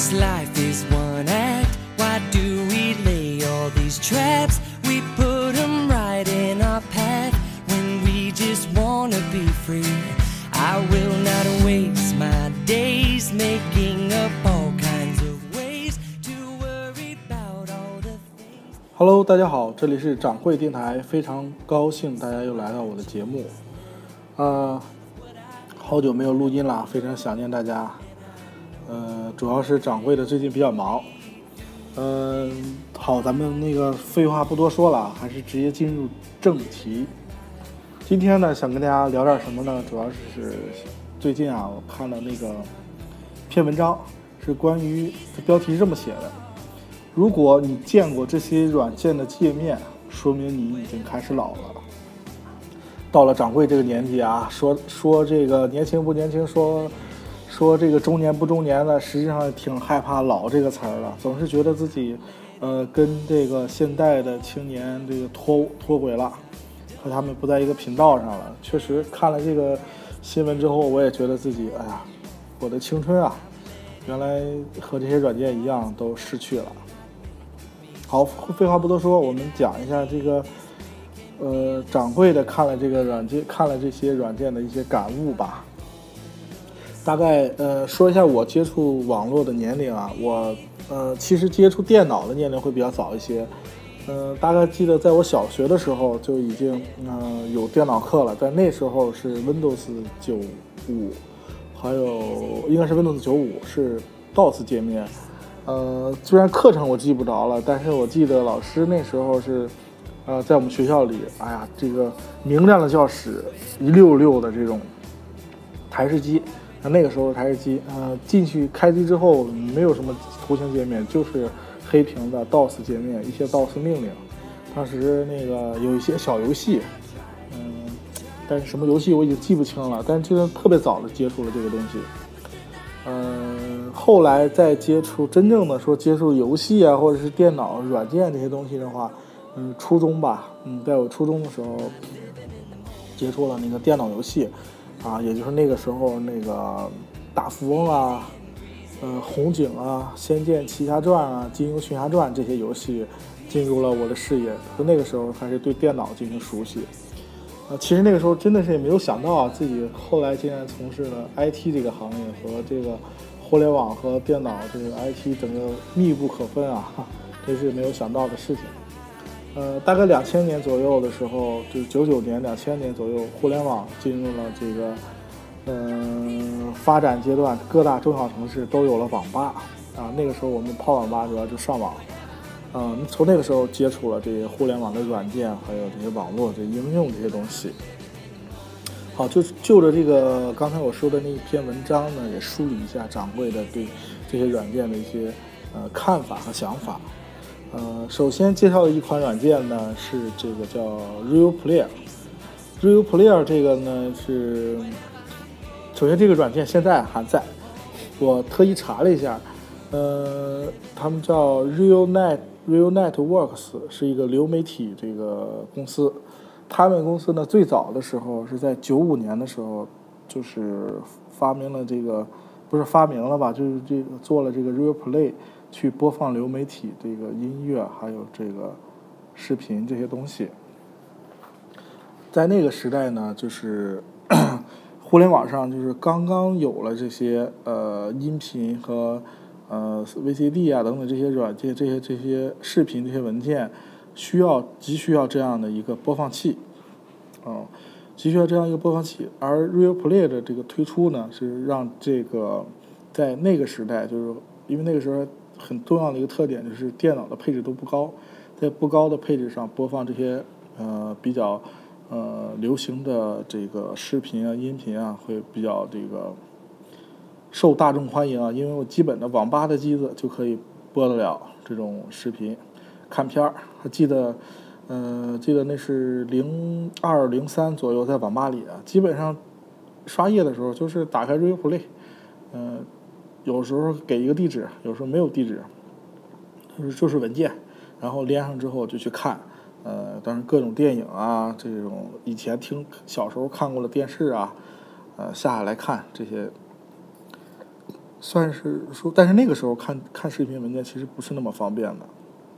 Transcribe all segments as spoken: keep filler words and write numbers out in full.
This life is one act. Why do we lay all these traps? We put them right in our path when we just wanna be free. I will not waste my days making up all kinds of ways to worry about all the things. Hello， 大家好，这里是掌柜电台，非常高兴大家又来到我的节目。呃，好久没有录音了，非常想念大家。呃，主要是掌柜的最近比较忙。嗯、呃，好，咱们那个废话不多说了，还是直接进入正题。今天呢，想跟大家聊点什么呢？主要是最近啊，我看了那个篇文章，是关于标题是这么写的：如果你见过这些软件的界面，说明你已经开始老了。到了掌柜这个年纪啊，说说这个年轻不年轻，说说这个中年不中年的，实际上挺害怕老这个词儿的，总是觉得自己呃跟这个现代的青年这个脱脱轨了，和他们不在一个频道上了。确实看了这个新闻之后，我也觉得自己哎呀，我的青春啊，原来和这些软件一样都逝去了。好，废话不多说，我们讲一下这个呃掌柜的看了这个软件看了这些软件的一些感悟吧。大概呃说一下我接触网络的年龄啊，我呃其实接触电脑的年龄会比较早一些，呃大概记得在我小学的时候就已经呃有电脑课了，但那时候是 Windows 九五，还有应该是 Windows 九五是 D O S 界面，呃虽然课程我记不着了，但是我记得老师那时候是呃在我们学校里，哎呀这个明亮的教室，一溜溜的这种台式机。那个时候台式机，呃，进去开机之后没有什么图形界面，就是黑屏的 D O S 界面，一些 D O S 命令。当时那个有一些小游戏，嗯，但是什么游戏我已经记不清了，但是就是特别早的接触了这个东西。嗯，后来再接触真正的说接触游戏啊，或者是电脑软件这些东西的话，嗯，初中吧，嗯，在我初中的时候接触了那个电脑游戏。啊，也就是那个时候那个大富翁啊，呃，红警啊，仙剑奇侠传啊，金庸群侠传这些游戏进入了我的视野，从那个时候开始对电脑进行熟悉。呃，其实那个时候真的是也没有想到啊，自己后来竟然从事了 I T 这个行业和这个互联网和电脑这个 I T 整个密不可分啊，这是没有想到的事情。呃，大概两千年左右的时候，就是九九年、两千年左右，互联网进入了这个，嗯、呃，发展阶段，各大中小城市都有了网吧啊。那个时候我们泡网吧主要就上网，嗯、呃，从那个时候接触了这些互联网的软件，还有这些网络这应用这些东西。好，就就着这个刚才我说的那一篇文章呢，也梳理一下掌柜的对这些软件的一些呃看法和想法。呃，首先介绍的一款软件呢是这个叫 Real Player。Real Player 这个呢是，首先这个软件现在还在，我特意查了一下，呃，他们叫 RealNet Real Networks， 是一个流媒体这个公司。他们公司呢最早的时候是在九五年的时候，就是发明了这个，不是发明了吧，就是这个做了这个 Real Play。去播放流媒体这个音乐还有这个视频这些东西。在那个时代呢，就是互联网上就是刚刚有了这些呃音频和呃 V C D 啊等等这些软件，这些这些视频这些文件需要急需要这样的一个播放器啊、呃，急需要这样一个播放器。而 Real Play 的这个推出呢，是让这个在那个时代，就是因为那个时候很重要的一个特点就是电脑的配置都不高，在不高的配置上播放这些呃比较呃流行的这个视频啊音频啊，会比较这个受大众欢迎啊，因为我基本的网吧的机子就可以播得了这种视频看片儿。还记得呃记得那是零二零三左右在网吧里啊，基本上刷页的时候就是打开 Real Play， 呃有时候给一个地址，有时候没有地址，就是就是文件，然后连上之后就去看，呃，当然各种电影啊，这种以前听小时候看过的电视啊，呃，下下来看这些， 算是说，但是那个时候看看视频文件其实不是那么方便的。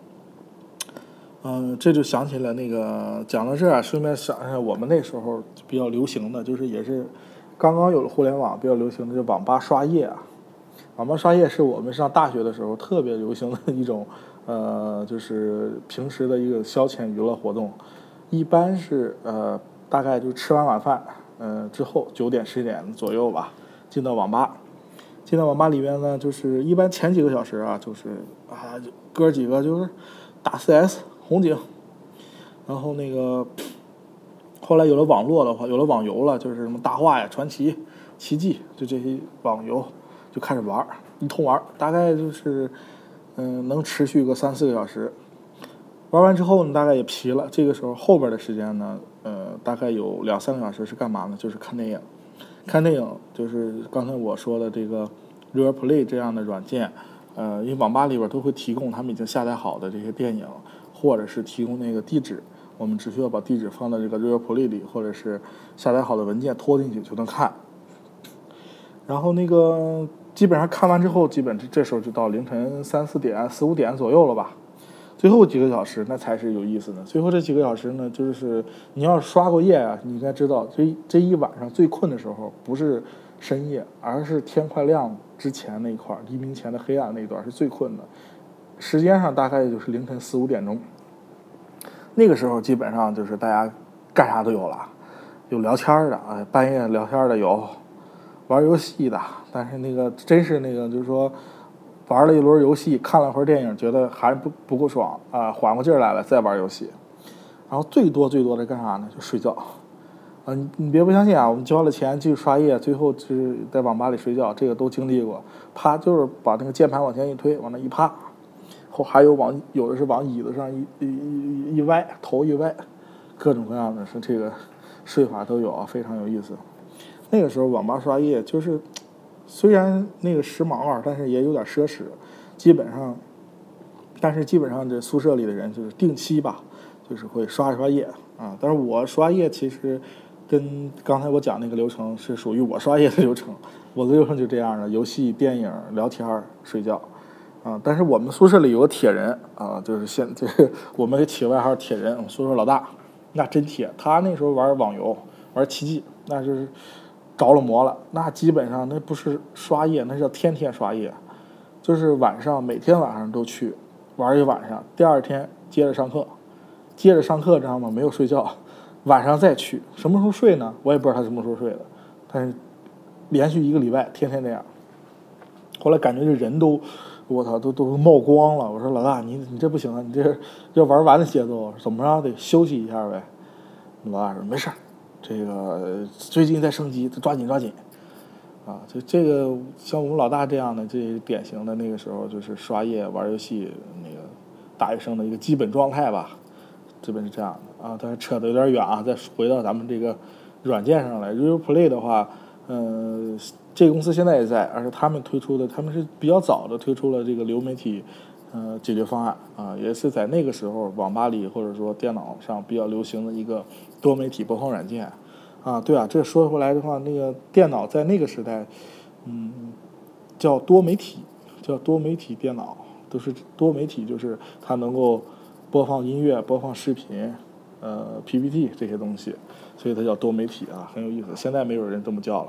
嗯、呃，这就想起了那个讲到这儿啊，顺便想一下我们那时候比较流行的，就是也是刚刚有了互联网比较流行的，就是网吧刷夜啊。网吧刷夜是我们上大学的时候特别流行的一种，呃，就是平时的一个消遣娱乐活动。一般是呃，大概就吃完晚饭，呃之后九点十点左右吧，进到网吧。进到网吧里面呢，就是一般前几个小时啊，就是啊，哥几个就是打 C S 红警，然后那个后来有了网络的话，有了网游了，就是什么大话呀、传奇、奇迹，就这些网游就开始玩，一通玩，大概就是嗯、呃、能持续个三四个小时。玩完之后呢，大概也疲了，这个时候后边的时间呢，呃，大概有两三个小时是干嘛呢？就是看电影。看电影就是刚才我说的这个 Real Play 这样的软件，呃，因为网吧里边都会提供他们已经下载好的这些电影，或者是提供那个地址，我们只需要把地址放到这个 Real Play 里，或者是下载好的文件拖进去就能看。然后那个基本上看完之后，基本这时候就到凌晨三四点、四五点左右了吧。最后几个小时那才是有意思的。最后这几个小时呢，就是你要是刷过夜啊，你应该知道，这这一晚上最困的时候不是深夜，而是天快亮之前那一块，黎明前的黑暗那一段是最困的。时间上大概就是凌晨四五点钟，那个时候基本上就是大家干啥都有了，有聊天的啊，半夜聊天的有，玩游戏的，但是那个真是那个就是说。玩了一轮游戏，看了会儿电影，觉得还是不不够爽啊、呃，缓过劲儿来了，再玩游戏。然后最多最多的干啥呢？就睡觉。啊，你你别不相信啊，我们交了钱继续刷夜，最后就是在网吧里睡觉，这个都经历过。啪，就是把那个键盘往前一推，往那一趴，后还有往有的是往椅子上一一一一歪，头一歪，各种各样的是这个睡法都有啊，非常有意思。那个时候网吧刷夜就是。虽然那个时髦啊，但是也有点奢侈。基本上，但是基本上这宿舍里的人就是定期吧，就是会刷一刷夜啊。但是我刷夜其实跟刚才我讲那个流程是属于我刷夜的流程。我的流程就这样的：游戏、电影、聊天、睡觉啊。但是我们宿舍里有个铁人啊，就是现就是我们给起外号铁人，我们宿舍老大，那真铁。他那时候玩网游，玩奇迹，那就是。着了魔了，那基本上那不是刷夜，那叫天天刷夜，就是晚上每天晚上都去玩一晚上，第二天接着上课，接着上课知道吗？没有睡觉，晚上再去，什么时候睡呢？我也不知道他什么时候睡的，但是连续一个礼拜天天这样。后来感觉这人都，我操，都都冒光了。我说老大，你你这不行啊，你这要玩完的节奏，怎么着得休息一下呗？老大说没事。这个最近在升级，抓紧抓紧，啊，就这个像我们老大这样的，这典型的那个时候就是刷夜玩游戏那个大学生的一个基本状态吧，基本是这样的啊。但是扯得有点远啊，再回到咱们这个软件上来 ，Real Play 的话，嗯、呃，这个公司现在也在，而且他们推出的，他们是比较早的推出了这个流媒体。呃，解决方案啊，也是在那个时候网吧里或者说电脑上比较流行的一个多媒体播放软件啊。对啊，这说回来的话，那个电脑在那个时代，嗯，叫多媒体，叫多媒体电脑，都是多媒体，就是它能够播放音乐、播放视频、呃 P P T 这些东西，所以它叫多媒体啊，很有意思。现在没有人这么叫了。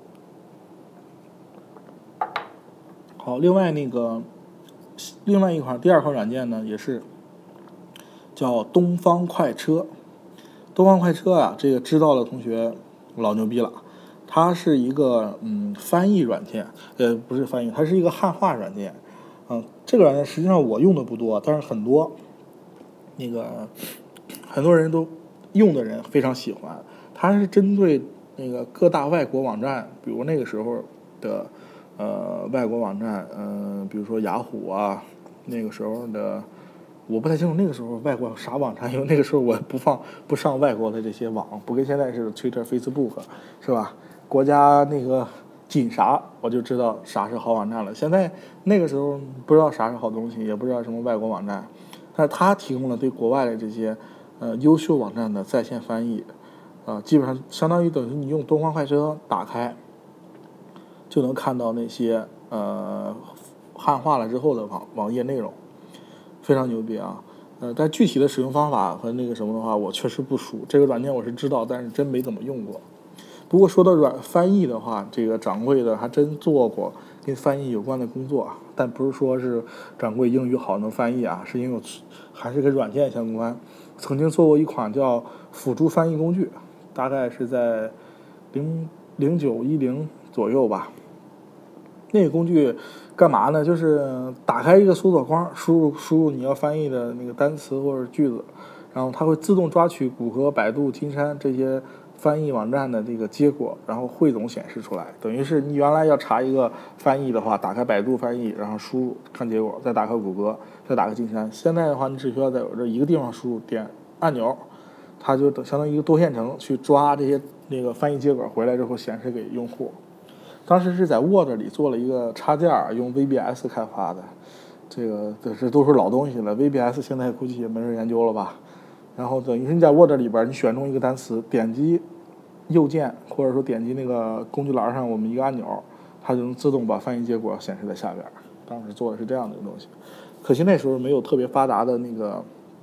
好，另外那个。另外一款第二款软件呢，也是叫东方快车。东方快车啊，这个知道的同学老牛逼了。它是一个嗯翻译软件，呃不是翻译，它是一个汉化软件。嗯，这个软件实际上我用的不多，但是很多那个很多人都用的人非常喜欢。它是针对那个各大外国网站，比如那个时候的。呃，外国网站，嗯、呃，比如说雅虎啊，那个时候的，我不太清楚那个时候外国有啥网站，因为那个时候我不放不上外国的这些网，不跟现在似的 Twitter、Facebook 是吧？国家那个紧啥，我就知道啥是好网站了。现在那个时候不知道啥是好东西，也不知道什么外国网站，但是他提供了对国外的这些呃优秀网站的在线翻译，啊、呃，基本上相当于等于你用东方快车打开。就能看到那些呃汉化了之后的网网页内容，非常牛逼啊。呃，但具体的使用方法和那个什么的话，我确实不熟。这个软件我是知道，但是真没怎么用过。不过说到软翻译的话，这个掌柜的还真做过跟翻译有关的工作，但不是说是掌柜英语好能翻译啊，是因为我还是跟软件相关。曾经做过一款叫辅助翻译工具，大概是在零零九一零左右吧。那个工具干嘛呢？就是打开一个搜索框，输入输入你要翻译的那个单词或者句子，然后它会自动抓取谷歌、百度、金山这些翻译网站的这个结果，然后汇总显示出来。等于是你原来要查一个翻译的话，打开百度翻译，然后输入看结果，再打开谷歌，再打开金山。现在的话，你只需要在我这一个地方输入，点按钮，它就相当于一个多线程去抓这些那个翻译结果回来之后显示给用户。当时是在 Word 里做了一个插件，用 V B S 开发的，这个这这都是老东西了。V B S 现在估计也没人研究了吧？然后等于是你在 Word 里边，你选中一个单词，点击右键或者说点击那个工具栏上我们一个按钮，它就能自动把翻译结果显示在下边。当时做的是这样的一个东西，可惜那时候没有特别发达的那个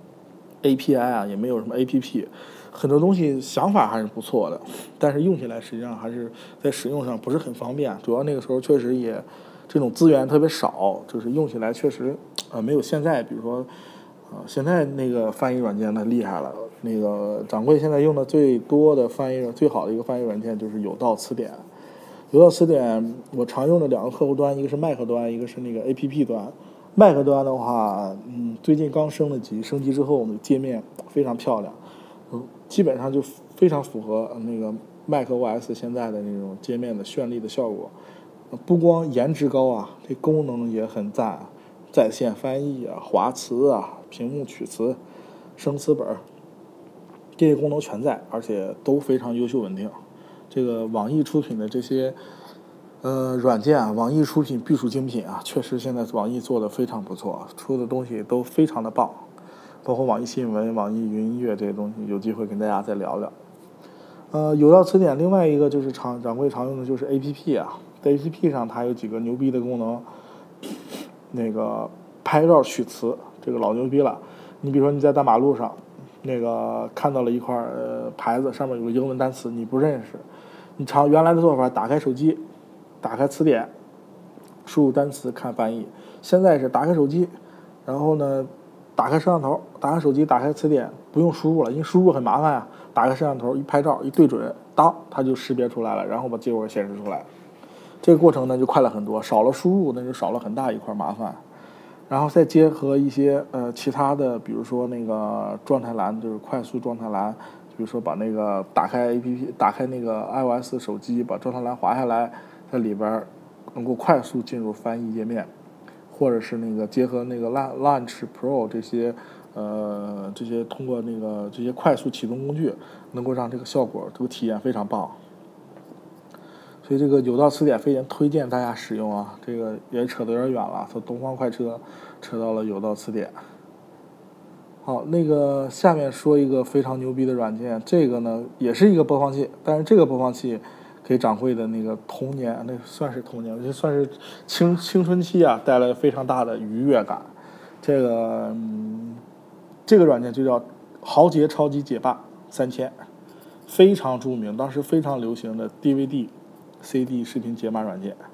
A P I 啊，也没有什么 A P P。很多东西想法还是不错的，但是用起来实际上还是在使用上不是很方便。主要那个时候确实也这种资源特别少，就是用起来确实呃没有现在，比如说呃现在那个翻译软件那厉害了。那个掌柜现在用的最多的翻译最好的一个翻译软件就是有道词典。有道词典我常用的两个客户端，一个是 Mac 端，一个是那个 A P P 端。Mac 端的话，嗯，最近刚升了级，升级之后我们界面非常漂亮。基本上就非常符合那个 macOS 现在的那种界面的绚丽的效果，不光颜值高啊，这功能也很赞，在线翻译啊、划词啊、屏幕取词、生词本，这些功能全在，而且都非常优秀稳定。这个网易出品的这些呃软件啊，网易出品必属精品啊，确实现在网易做的非常不错，出的东西都非常的棒。包括网易新闻、网易云音乐这些东西，有机会跟大家再聊聊。呃，有道词典另外一个就是常掌柜常用的就是 A P P 啊，在 A P P 上它有几个牛逼的功能，那个拍照取词，这个老牛逼了。你比如说你在大马路上，那个看到了一块呃牌子，上面有个英文单词你不认识，你常原来的做法，打开手机，打开词典，输入单词看翻译。现在是打开手机，然后呢。打开摄像头，打开手机，打开词典，不用输入了，因为输入很麻烦啊。打开摄像头一拍照一对准，当它就识别出来了，然后把结果显示出来。这个过程呢就快了很多，少了输入那就少了很大一块麻烦。然后再结合一些呃其他的，比如说那个状态栏，就是快速状态栏，比如说把那个打开 A P P， 打开那个 iOS 手机，把状态栏滑下来，在里边能够快速进入翻译页面。或者是那个结合那个 Launch Pro 这些，呃，这些通过那个这些快速启动工具，能够让这个效果这个体验非常棒。所以这个有道词典非常推荐大家使用啊，这个也扯得有点远了，从东方快车扯到了有道词典。好，那个下面说一个非常牛逼的软件，这个呢也是一个播放器，但是这个播放器。给掌柜的那个童年，那算是童年，就算是青青春期啊，带来非常大的愉悦感。这个、嗯、这个软件就叫豪杰超级解霸三千，非常著名，当时非常流行的 D V D、C D 视频解码软件。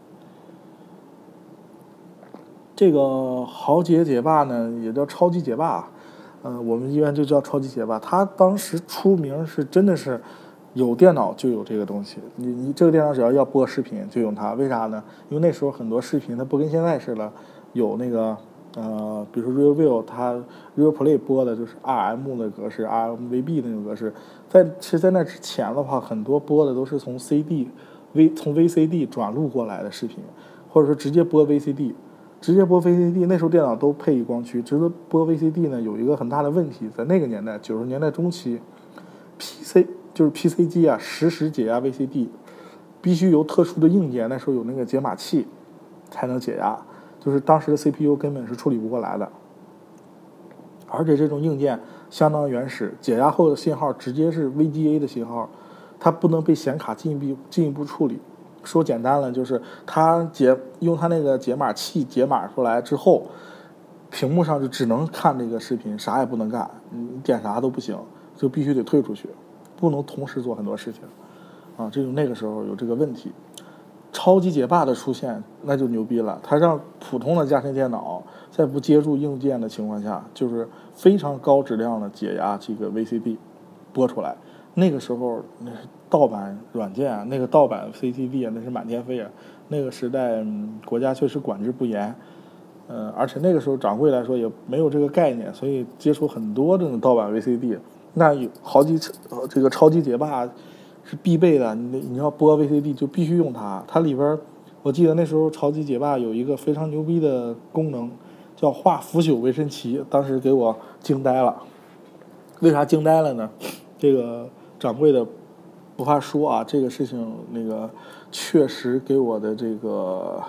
这个豪杰解霸呢，也叫超级解霸，呃，我们一般就叫超级解霸。它当时出名是真的是。有电脑就有这个东西，你你这个电脑只要要播视频就用它，为啥呢？因为那时候很多视频它不跟现在似的，有那个呃，比如说 RealView 它 Real Play 播的就是 R M 的格式 ，R M V B 的那种格式，在其实在那之前的话，很多播的都是从 C D V 从 V C D 转录过来的视频，或者说直接播 V C D， 直接播 V C D， 那时候电脑都配一光驱，直接播 V C D 呢有一个很大的问题，在那个年代九十年代中期 ，P C。就是 P C 机啊，实时解压 V C D， 必须由特殊的硬件，那时候有那个解码器才能解压，就是当时的 C P U 根本是处理不过来的。而且这种硬件相当原始，解压后的信号直接是 V G A 的信号，它不能被显卡进一步进一步处理， 说简单了，就是它解用它那个解码器解码出来之后，屏幕上就只能看这个视频，啥也不能干，你点啥都不行，就必须得退出去，不能同时做很多事情啊。这种那个时候有这个问题。超级解霸的出现那就牛逼了，它让普通的家庭电脑在不接触硬件的情况下，就是非常高质量的解压这个 V C D 播出来。那个时候那是盗版软件啊，那个盗版 C C D 啊，那是满天飞啊。那个时代、嗯、国家确实管制不严，呃，而且那个时候掌柜来说也没有这个概念，所以接触很多这种盗版 V C D， 那有好几呃这个超级解霸是必备的，你你要播 V C D 就必须用它。它里边，我记得那时候超级解霸有一个非常牛逼的功能，叫画腐朽维生奇，当时给我惊呆了。为啥惊呆了呢？这个掌柜的不怕说啊，这个事情那个确实给我的这个，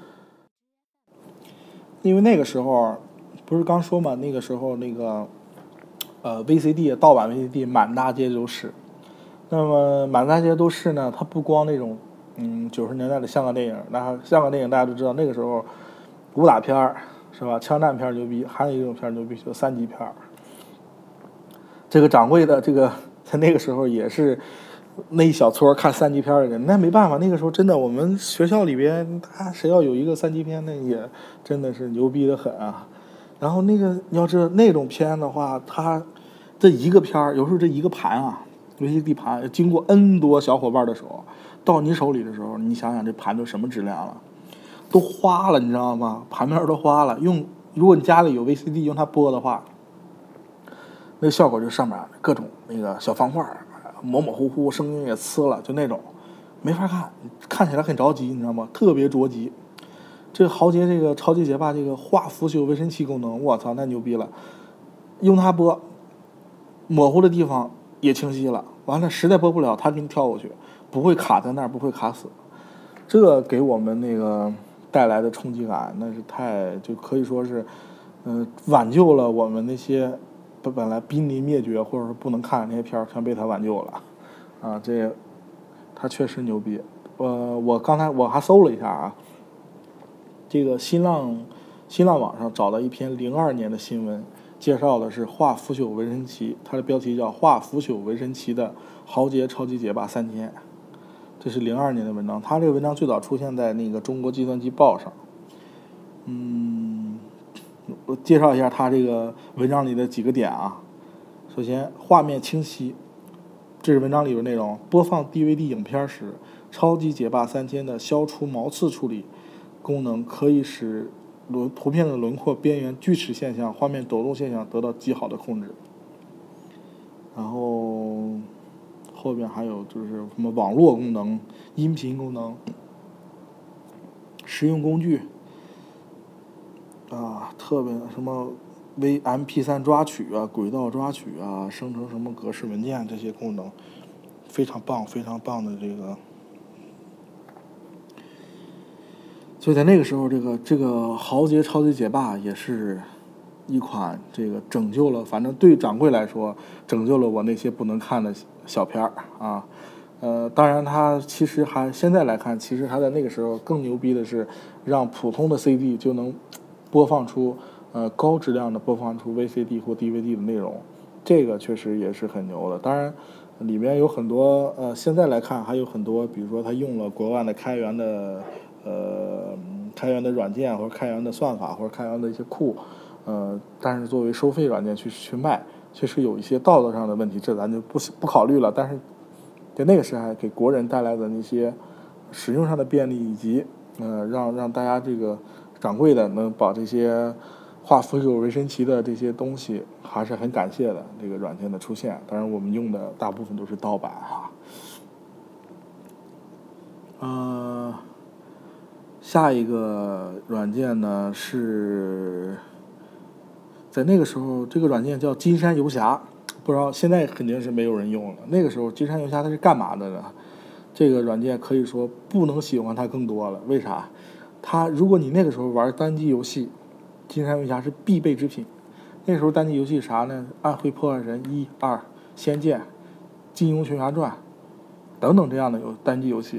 因为那个时候不是刚说嘛，那个时候那个呃 V C D 盗版 V C D 满大街都是。那么满大街都是呢，它不光那种嗯九十年代的香港电影，那香港电影大家都知道，那个时候武打片儿是吧，枪战片牛逼，还有一种片牛逼，就三级片。这个掌柜的这个在那个时候也是那一小撮看三级片的人，那没办法，那个时候真的我们学校里边他谁要有一个三级片，那也真的是牛逼的很啊。然后那个你要知道那种片的话，它这一个片有时候这一个盘啊，V C D 盘经过 N 多小伙伴的手，到你手里的时候，你想想这盘都什么质量了，都花了，你知道吗？盘面都花了。用如果你家里有 V C D 用它播的话，那个效果就上面各种那个小方块模模糊糊，声音也呲了，就那种没法看，看起来很着急，你知道吗？特别着急。这个豪杰这个超级解霸这个画腐朽维生器功能，我操，那牛逼了！用它播，模糊的地方也清晰了。完了，实在播不了，它给你跳过去，不会卡在那儿，不会卡死。这给我们那个带来的冲击感，那是太就可以说是，嗯、呃，挽救了我们那些本来濒临灭绝或者说不能看的那些片儿，全被他挽救了。啊，这他确实牛逼。呃，我刚才我还搜了一下啊，这个新浪新浪网上找到一篇零二年的新闻。介绍的是画腐朽维生奇，它的标题叫画腐朽维生奇的豪杰超级解霸三千，这是零二年的文章。它这个文章最早出现在那个中国计算机报上。嗯，我介绍一下它这个文章里的几个点啊。首先，画面清晰，这是文章里的内容。播放 D V D 影片时，超级解霸三千的消除毛刺处理功能可以使轮图片的轮廓边缘锯齿现象、画面抖动现象得到极好的控制。然后后边还有就是什么网络功能、音频功能、实用工具啊，特别什么 V M P 三 抓取啊、轨道抓取啊、生成什么格式文件，这些功能非常棒，非常棒的这个。所以在那个时候，这个这个豪杰超级解霸也是一款这个拯救了，反正对掌柜来说，拯救了我那些不能看的小片儿啊。呃，当然它其实还现在来看，其实它在那个时候更牛逼的是，让普通的 C D 就能播放出呃高质量的播放出 V C D 或 D V D 的内容，这个确实也是很牛的。当然，里面有很多呃现在来看还有很多，比如说它用了国外的开源的。呃，开源的软件或者开源的算法或者开源的一些库，呃，但是作为收费软件去去卖，确实有一些道德上的问题，这咱就不不考虑了。但是在那个时代给国人带来的那些使用上的便利，以及呃让让大家这个掌柜的能把这些画腐朽维生奇的这些东西，还是很感谢的这个软件的出现。当然我们用的大部分都是盗版哈。呃。下一个软件呢是在那个时候，这个软件叫金山游侠，不知道现在肯定是没有人用了。那个时候金山游侠它是干嘛的呢？这个软件可以说不能喜欢它更多了。为啥？它如果你那个时候玩单机游戏，金山游侠是必备之品。那时候单机游戏啥呢？暗黑破坏神一、二、仙剑、金庸群侠传等等这样的有单机游戏。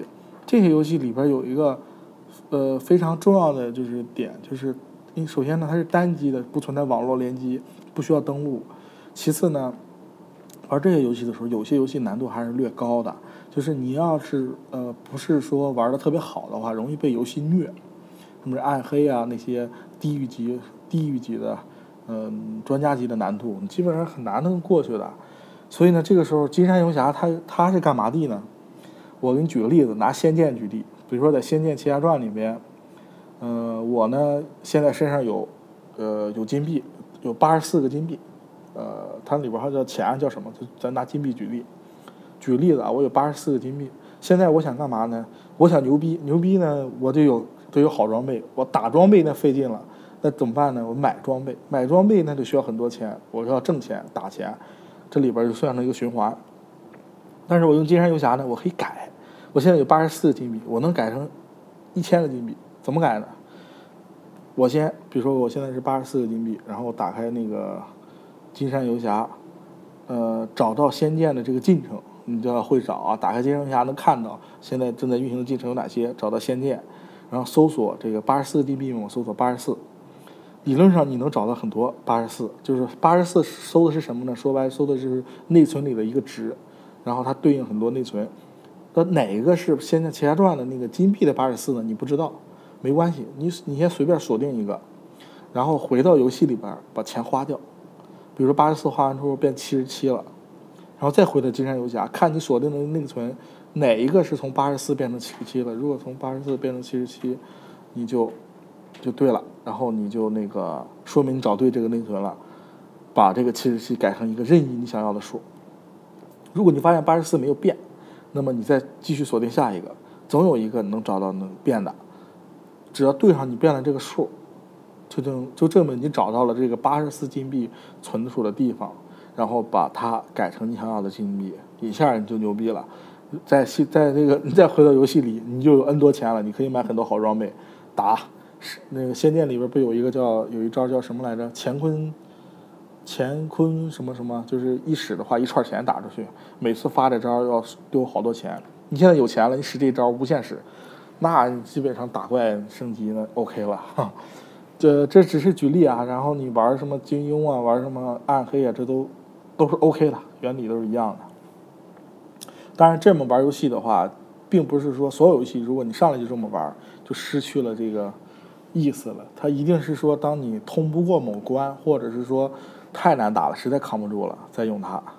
这些游戏里边有一个呃非常重要的就是点，就是首先呢它是单机的，不存在网络联机，不需要登录。其次呢，玩这些游戏的时候，有些游戏难度还是略高的，就是你要是呃不是说玩的特别好的话，容易被游戏虐。什么暗黑啊，那些地狱级、地狱级的，嗯、呃，专家级的难度，你基本上很难能过去的。所以呢，这个时候金山游侠它它是干嘛的呢？我给你举个例子，拿《仙剑》举例，比如说在《仙剑奇侠传》里边，呃，我呢现在身上有，呃，有金币，有八十四个金币，呃，它里边还叫钱叫什么？咱拿金币举例，举个例子啊，我有八十四个金币，现在我想干嘛呢？我想牛逼，牛逼呢，我就有都有好装备，我打装备那费劲了，那怎么办呢？我买装备，买装备那就需要很多钱，我要挣钱打钱，这里边就算成一个循环。但是我用金山游侠呢，我可以改，我现在有八十四个金币，我能改成一千个金币，怎么改呢？我先，比如说我现在是八十四个金币，然后我打开那个金山游侠，呃，找到仙剑的这个进程，你就要会找啊，打开金山游侠能看到现在正在运行的进程有哪些，找到仙剑。然后搜索这个八十四个金币，我搜索八十四，理论上你能找到很多八十四，就是八十四搜的是什么呢？说白搜的是内存里的一个值，然后它对应很多内存。那哪一个是《仙剑奇侠传》的那个金币的八十四呢？你不知道，没关系，你你先随便锁定一个，然后回到游戏里边把钱花掉，比如说八十四花完之后变七十七了，然后再回到金山游侠，看你锁定的内存。哪一个是从八十四变成七十七了？如果从八十四变成七十七，你就就对了，然后你就那个说明你找对这个内存了，把这个七十七改成一个任意你想要的数。如果你发现八十四没有变，那么你再继续锁定下一个，总有一个能找到能变的，只要对上你变了这个数，就证就证明你找到了这个八十四金币存储的地方，然后把它改成你想要的金币，一下你就牛逼了。在在这个你再回到游戏里，你就有 N 多钱了，你可以买很多好装备打。那个仙剑里边不有一个叫有一招叫什么来着？乾坤乾坤什么什么，就是一使的话一串钱打出去，每次发这招要丢好多钱。你现在有钱了，你使这招无限使，那基本上打怪升级呢 OK 了。这这只是举例啊，然后你玩什么金庸啊，玩什么暗黑啊，这都都是 OK 的，原理都是一样的。当然这么玩游戏的话，并不是说所有游戏如果你上来就这么玩就失去了这个意思了，它一定是说当你通不过某关，或者是说太难打了实在扛不住了再用它。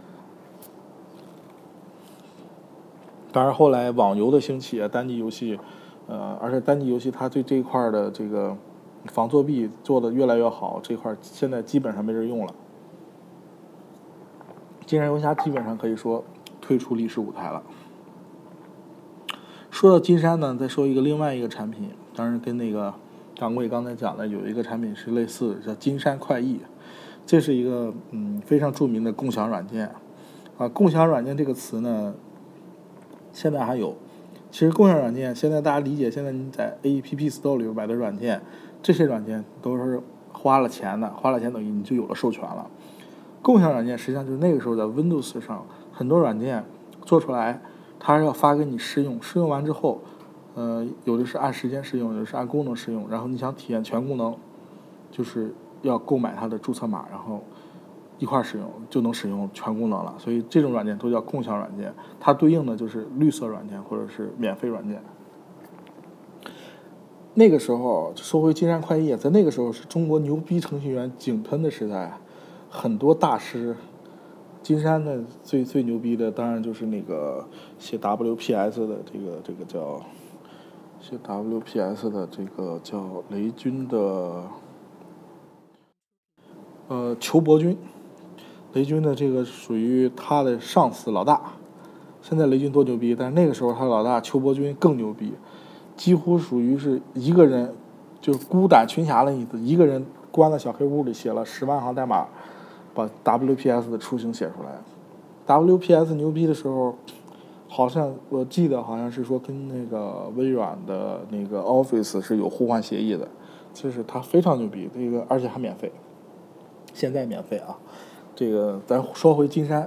当然后来网游的兴起，单机游戏呃，而且单机游戏它对这一块的这个防作弊做得越来越好，这块现在基本上没人用了。金山游侠基本上可以说退出历史舞台了。说到金山呢，再说一个另外一个产品，当然跟那个掌柜刚才讲的有一个产品是类似，叫金山快译。这是一个嗯非常著名的共享软件啊。共享软件这个词呢，现在还有。其实共享软件现在大家理解，现在你在 A P P Store 里买的软件，这些软件都是花了钱的，花了钱等于你就有了授权了。共享软件实际上就是那个时候在 Windows 上很多软件做出来，它要发给你试用，试用完之后，呃，有的是按时间试用，有的是按功能试用，然后你想体验全功能，就是要购买它的注册码，然后一块使用就能使用全功能了。所以这种软件都叫共享软件，它对应的就是绿色软件或者是免费软件。那个时候说回金山快译，在那个时候是中国牛逼程序员井喷的时代，很多大师。金山的最最牛逼的当然就是那个写 W P S 的这个这个叫写 W P S 的这个叫雷军的呃裘伯君，雷军的这个属于他的上司老大。现在雷军多牛逼，但是那个时候他老大裘伯君更牛逼，几乎属于是一个人就是孤胆群侠的意思，一个人关在小黑屋里写了十万行代码。把 W P S 的雏形写出来。W P S 牛逼的时候，好像我记得好像是说跟那个微软的那个 Office 是有互换协议的，就是它非常牛逼，这个而且还免费。现在免费啊。这个咱说回金山，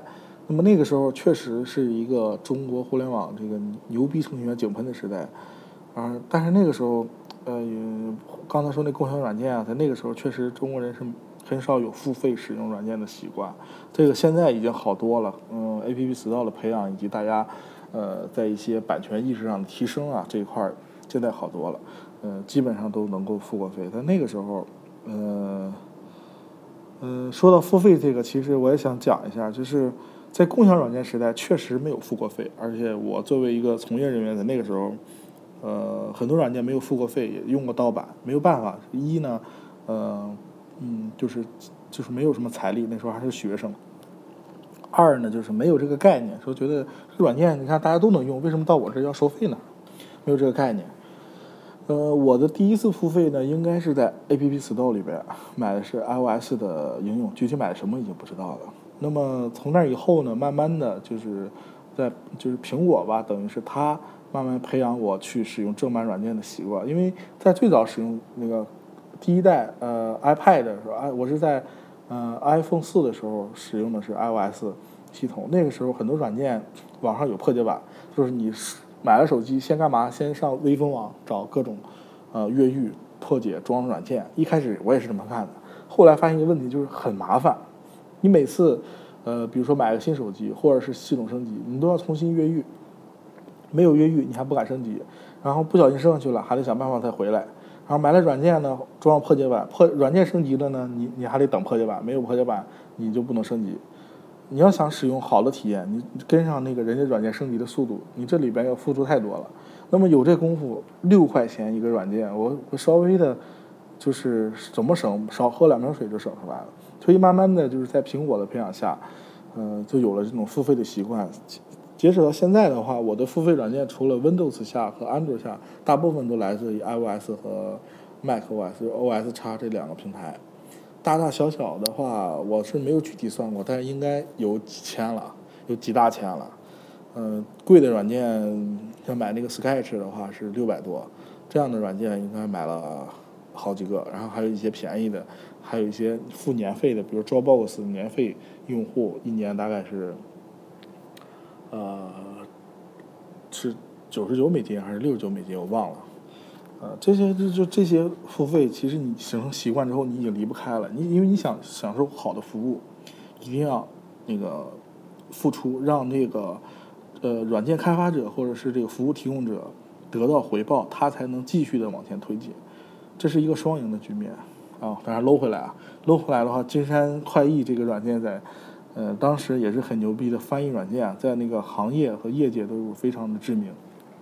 那么那个时候确实是一个中国互联网这个牛逼程序员井喷的时代，啊，但是那个时候，呃，刚才说那共享软件啊，在那个时候确实中国人是很少有付费使用软件的习惯，这个现在已经好多了。嗯 ，A P P Store 的培养以及大家，呃，在一些版权意识上的提升啊，这一块现在好多了，呃，基本上都能够付过费。但那个时候，呃，嗯，说到付费这个，其实我也想讲一下，就是在共享软件时代确实没有付过费，而且我作为一个从业人员，在那个时候，呃，很多软件没有付过费，也用过盗版，没有办法。一呢，呃，嗯，就是就是没有什么财力，那时候还是学生。二呢，就是没有这个概念，说觉得这软件你看大家都能用，为什么到我这要收费呢？没有这个概念。呃，我的第一次付费呢，应该是在 A P P Store 里边买的是 iOS 的应用，具体买的什么已经不知道了。那么从那以后呢，慢慢的就是在就是苹果吧，等于是它慢慢培养我去使用正版软件的习惯。因为在最早使用那个第一代呃 iPad 的时候，哎，我是在呃 iPhone 四的时候使用的是 iOS 系统。那个时候很多软件网上有破解版，就是你买了手机先干嘛？先上微风网找各种呃越狱破解装软件。一开始我也是这么干的，后来发现一个问题，就是很麻烦。你每次呃比如说买个新手机或者是系统升级，你都要重新越狱，没有越狱你还不敢升级，然后不小心升上去了还得想办法再回来。然后买了软件呢，装上破解版，破软件升级了呢，你你还得等破解版，没有破解版你就不能升级。你要想使用好的体验，你跟上那个人家软件升级的速度，你这里边要付出太多了。那么有这功夫，六块钱一个软件，我我稍微的，就是怎么省，少喝两瓶水就省出来了。所以慢慢的就是在苹果的培养下，呃，就有了这种付费的习惯。截止到现在的话，我的付费软件除了 Windows 下和 Android 下，大部分都来自于 iOS 和 macOS、O S X 这两个平台。大大小小的话，我是没有具体算过，但是应该有几千了，有几大千了。嗯、呃，贵的软件像买那个 Sketch 的话是六百多，这样的软件应该买了好几个。然后还有一些便宜的，还有一些付年费的，比如 Dropbox 年费用户一年大概是，呃，是九十九美金还是六十九美金，我忘了。呃，这些就就这些付费，其实你形成习惯之后，你已经离不开了。你因为你想享受好的服务，一定要那个付出，让那个呃软件开发者或者是这个服务提供者得到回报，他才能继续的往前推进。这是一个双赢的局面啊。当然搂回来啊，搂回来的话，金山快译这个软件在呃当时也是很牛逼的翻译软件，在那个行业和业界都是非常的知名。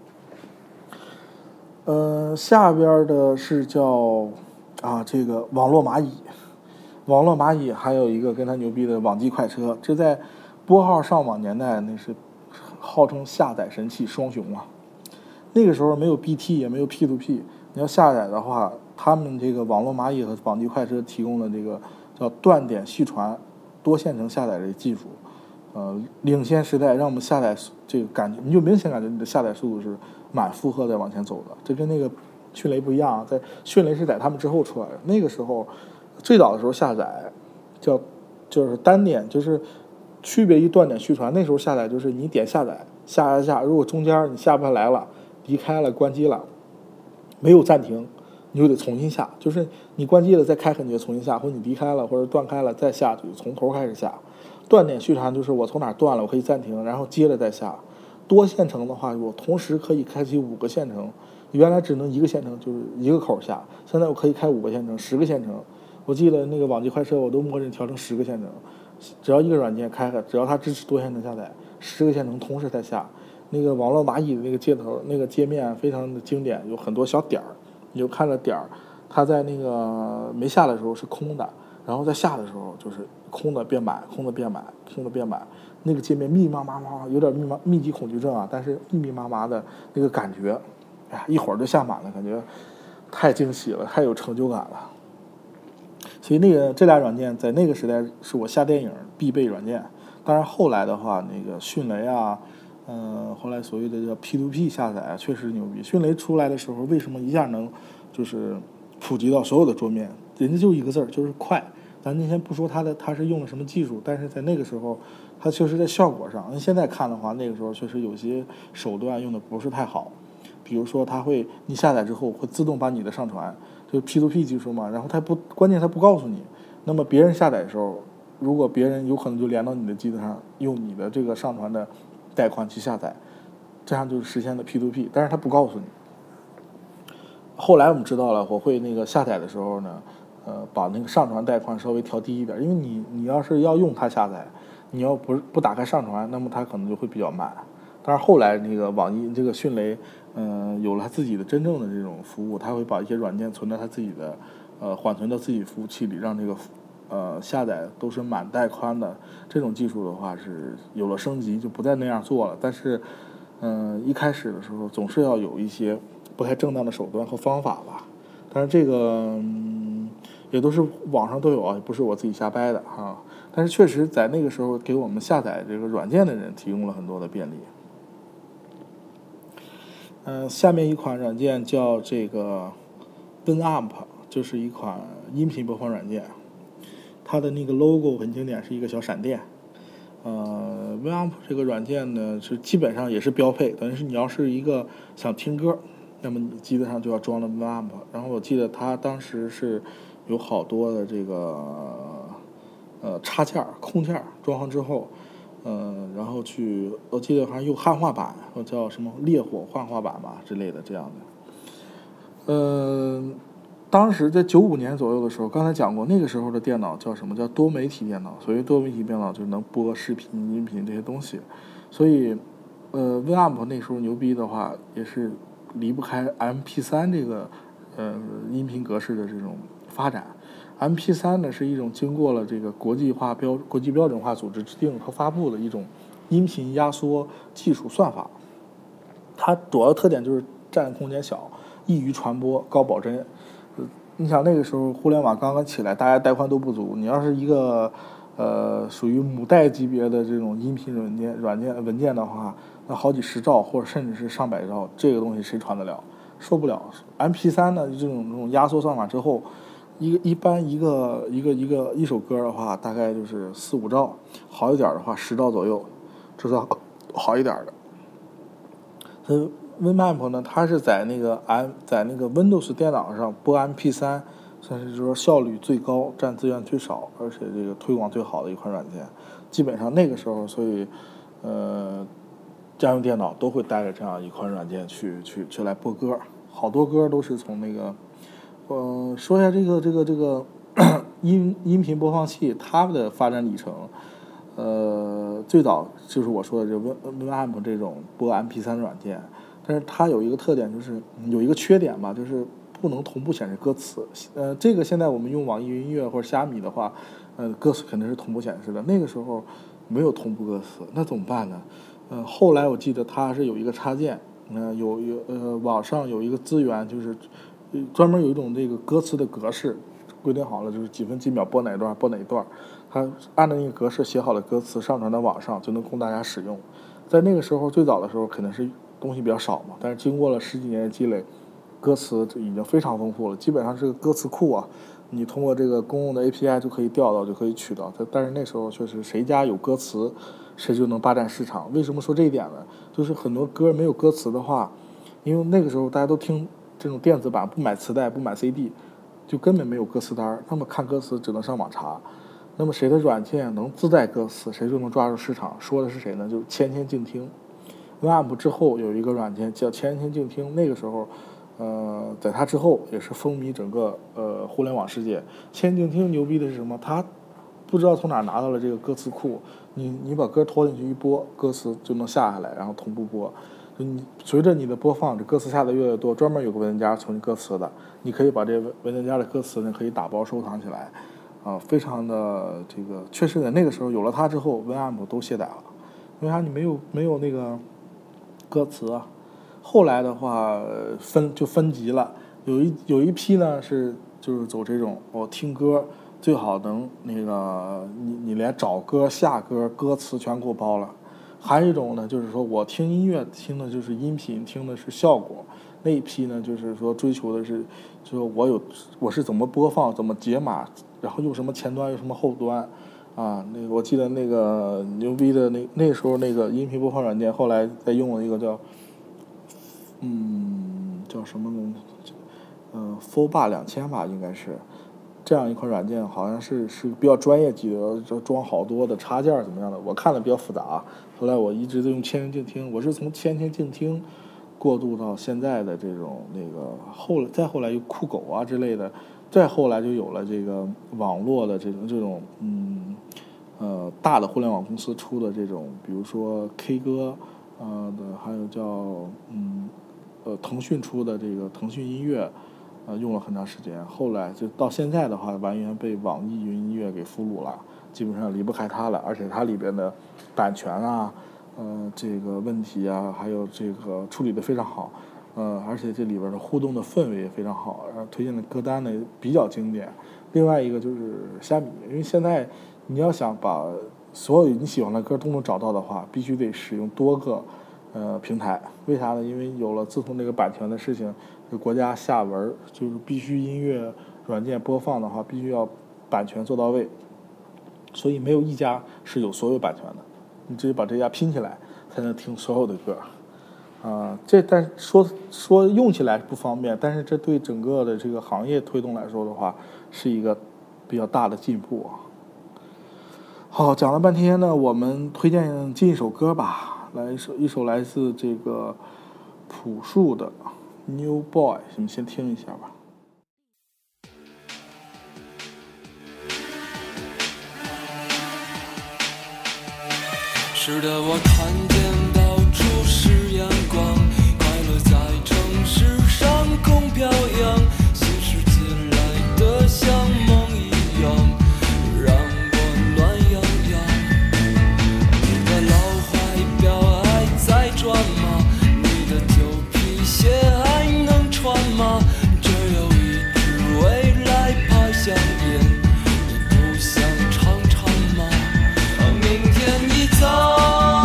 呃，下边的是叫啊这个网络蚂蚁，网络蚂蚁还有一个跟它牛逼的网际快车，这在拨号上网年代那是号称下载神器双雄啊。那个时候没有 B T 也没有 P to P， 你要下载的话，他们这个网络蚂蚁和网际快车提供了这个叫断点续传多线程下载的技术，呃，领先时代，让我们下载这个感觉，你就明显感觉你的下载速度是满负荷在往前走的。这跟那个迅雷不一样，在迅雷是在他们之后出来的。那个时候最早的时候下载叫就是单点，就是区别于断点续传。那时候下载就是你点下载下下下，如果中间你下不下来了，离开了关机了，没有暂停，你就得重新下。就是你关机了再开开你就重新下，或者你离开了或者断开了再下，就从头开始下。断点续传就是我从哪断了我可以暂停，然后接着再下。多线程的话，我同时可以开启五个线程，原来只能一个线程，就是一个口下，现在我可以开五个线程，十个线程。我记得那个网际快车我都默认调成十个线程，只要一个软件开开，只要它支持多线程下载，十个线程同时在下。那个网络蚂蚁的那个接头那个界面非常的经典，有很多小点儿，你就看着点儿，它在那个没下的时候是空的，然后在下的时候就是空的变满，空的变满，空的变满。那个界面密密麻麻麻，有点密麻密集恐惧症啊，但是密密麻麻的那个感觉，哎呀，一会儿就下满了，感觉太惊喜了，太有成就感了。所以那个这俩软件在那个时代是我下电影必备软件。当然后来的话，那个迅雷啊，嗯、呃，后来所谓的叫 P to P 下载啊，确实牛逼。迅雷出来的时候，为什么一下能就是普及到所有的桌面？人家就一个字儿，就是快。 咱就先不说它的它是用了什么技术，但是在那个时候，它确实在效果上，现在看的话，那个时候确实有些手段用的不是太好。比如说，它会你下载之后会自动把你的上传，就是 P to P 技术嘛，然后它不关键它不告诉你，那么别人下载的时候，如果别人有可能就连到你的机子上，用你的这个上传的带宽去下载，这样就是实现了 P to P， 但是它不告诉你。后来我们知道了，我会那个下载的时候呢，呃，把那个上传带宽稍微调低一点，因为你你要是要用它下载，你要不不打开上传，那么它可能就会比较慢。但是后来那个网易这个迅雷，嗯、呃，有了它自己的真正的这种服务，它会把一些软件存到它自己的，呃，缓存到自己服务器里，让这个，呃，下载都是满带宽的。这种技术的话是有了升级，就不再那样做了。但是，嗯、呃，一开始的时候总是要有一些不太正当的手段和方法吧。但是这个，嗯，也都是网上都有啊，也不是我自己瞎掰的哈。但是确实在那个时候给我们下载这个软件的人提供了很多的便利。嗯、呃，下面一款软件叫这个 Winamp， 就是一款音频播放软件。它的那个 logo 很经典，是一个小闪电。呃 Winamp 这个软件呢，是基本上也是标配，等于是你要是一个想听歌，那么你机子上就要装了 Winamp。然后我记得它当时是有好多的这个呃插件空件装上之后。嗯，然后去，我记得好像用汉化版，或叫什么烈火汉化版吧之类的这样的。嗯，当时在九五年左右的时候，刚才讲过，那个时候的电脑叫什么？叫多媒体电脑。所谓多媒体电脑，就是能播视频、音频这些东西。所以，呃 ，Winamp 那时候牛逼的话，也是离不开 M P 三 这个呃音频格式的这种发展。M P 三 呢是一种经过了这个国际化标国际标准化组织制定和发布的一种音频压缩技术算法。它主要特点就是占空间小，易于传播，高保真。你想那个时候互联网刚刚起来，大家带宽都不足，你要是一个呃属于母带级别的这种音频软件软件文件的话，那好几十兆或者甚至是上百兆，这个东西谁传得了？受不了。M P 三 呢这种这种压缩算法之后。一个一般一个一个一个一首歌的话，大概就是四五兆，好一点的话十兆左右，这是好一点的。它 Winamp 呢，它是在那个 M 在那个 Windows 电脑上播 M P 三，算是说效率最高、占资源最少，而且这个推广最好的一款软件。基本上那个时候，所以呃，家用电脑都会带着这样一款软件去去去来播歌，好多歌都是从那个。呃，说一下这个这个这个音音频播放器它的发展里程。呃，最早就是我说的这 Winamp 这种播 M P 三 的软件，但是它有一个特点，就是有一个缺点吧，就是不能同步显示歌词。呃，这个现在我们用网易云音乐或者虾米的话，呃，歌词肯定是同步显示的。那个时候没有同步歌词，那怎么办呢？呃，后来我记得它是有一个插件，呃，有有呃网上有一个资源就是。专门有一种这个歌词的格式规定好了，就是几分几秒播哪一段播哪一段，它按照那个格式写好了歌词上传到网上，就能供大家使用。在那个时候最早的时候肯定是东西比较少嘛，但是经过了十几年的积累，歌词就已经非常丰富了，基本上这个歌词库啊，你通过这个公共的 A P I 就可以调到，就可以取到。但是那时候确实谁家有歌词谁就能霸占市场。为什么说这一点呢？就是很多歌没有歌词的话，因为那个时候大家都听这种电子版，不买磁带不买 C D， 就根本没有歌词单，那么看歌词只能上网查。那么谁的软件能自带歌词，谁就能抓住市场。说的是谁呢？就是千千静听。Winamp 之后有一个软件叫千千静听，那个时候呃，在它之后也是风靡整个呃互联网世界。千千静听牛逼的是什么？它不知道从哪拿到了这个歌词库，你你把歌拖进去一播，歌词就能下下来，然后同步播。你随着你的播放，这歌词下的越来越多，专门有个文件夹存歌词的，你可以把这文件夹的歌词呢可以打包收藏起来，啊，非常的这个，确实在那个时候有了它之后 ，Winamp 都卸载了，为啥你没有没有那个歌词啊？后来的话分就分级了，有一有一批呢是就是走这种，我听歌最好能那个你你连找歌下歌歌词全给我包了。还有一种呢，就是说我听音乐听的就是音频，听的是效果。那一批呢，就是说追求的是，就是我有我是怎么播放，怎么解码， 然后又什么前端又什么后端，啊，那个我记得那个牛逼的那那时候那个音频播放软件，后来在用了一个叫，嗯，叫什么呢？呃 ，F O B A 两千吧，应该是这样一款软件，好像是是比较专业级的，就装好多的插件怎么样的，我看的比较复杂。后来我一直在用千人静听，我是从千人静听过渡到现在的这种那个后来再后来有酷狗啊之类的，再后来就有了这个网络的这种这种嗯呃大的互联网公司出的这种，比如说 K 歌呃的，还有叫嗯呃腾讯出的这个腾讯音乐，呃用了很长时间，后来就到现在的话，完全被网易云音乐给俘虏了，基本上离不开它了，而且它里边的版权啊。呃，这个问题啊，还有这个处理的非常好，呃，而且这里边的互动的氛围也非常好，然后推荐的歌单呢比较经典。另外一个就是虾米，因为现在你要想把所有你喜欢的歌都能找到的话，必须得使用多个呃平台。为啥呢？因为有了自从这个版权的事情，就国家下文就是必须音乐软件播放的话，必须要版权做到位，所以没有一家是有所有版权的。你只有把这家拼起来，才能听所有的歌，啊、呃，这但说说用起来不方便，但是这对整个的这个行业推动来说的话，是一个比较大的进步啊。好，讲了半天呢，我们推荐进一首歌吧，来一首一首来自这个朴树的《New Boy》，你们先听一下吧。 是的，我看见到处是阳光，快乐在城市上空飘扬，新世界来的像梦一样，让我暖洋洋。你的老怀表还在转吗？你的旧皮鞋还能穿吗？这有一支未来牌香烟，你不想尝尝吗？明天一早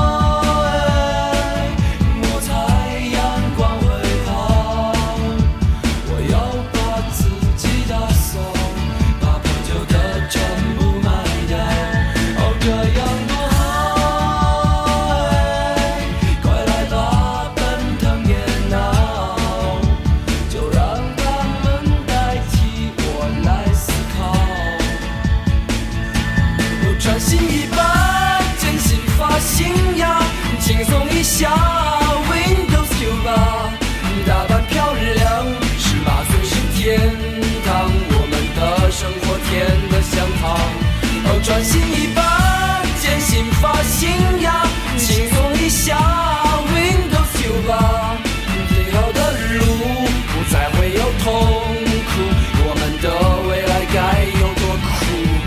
轻松一下 Windows 九八，打扮漂亮，十八岁是天堂，我们的生活甜得像糖。哦，专心一把，坚信发新芽，轻松一下 Windows 九八，最后的路不再会有痛苦，我们的未来该有多酷。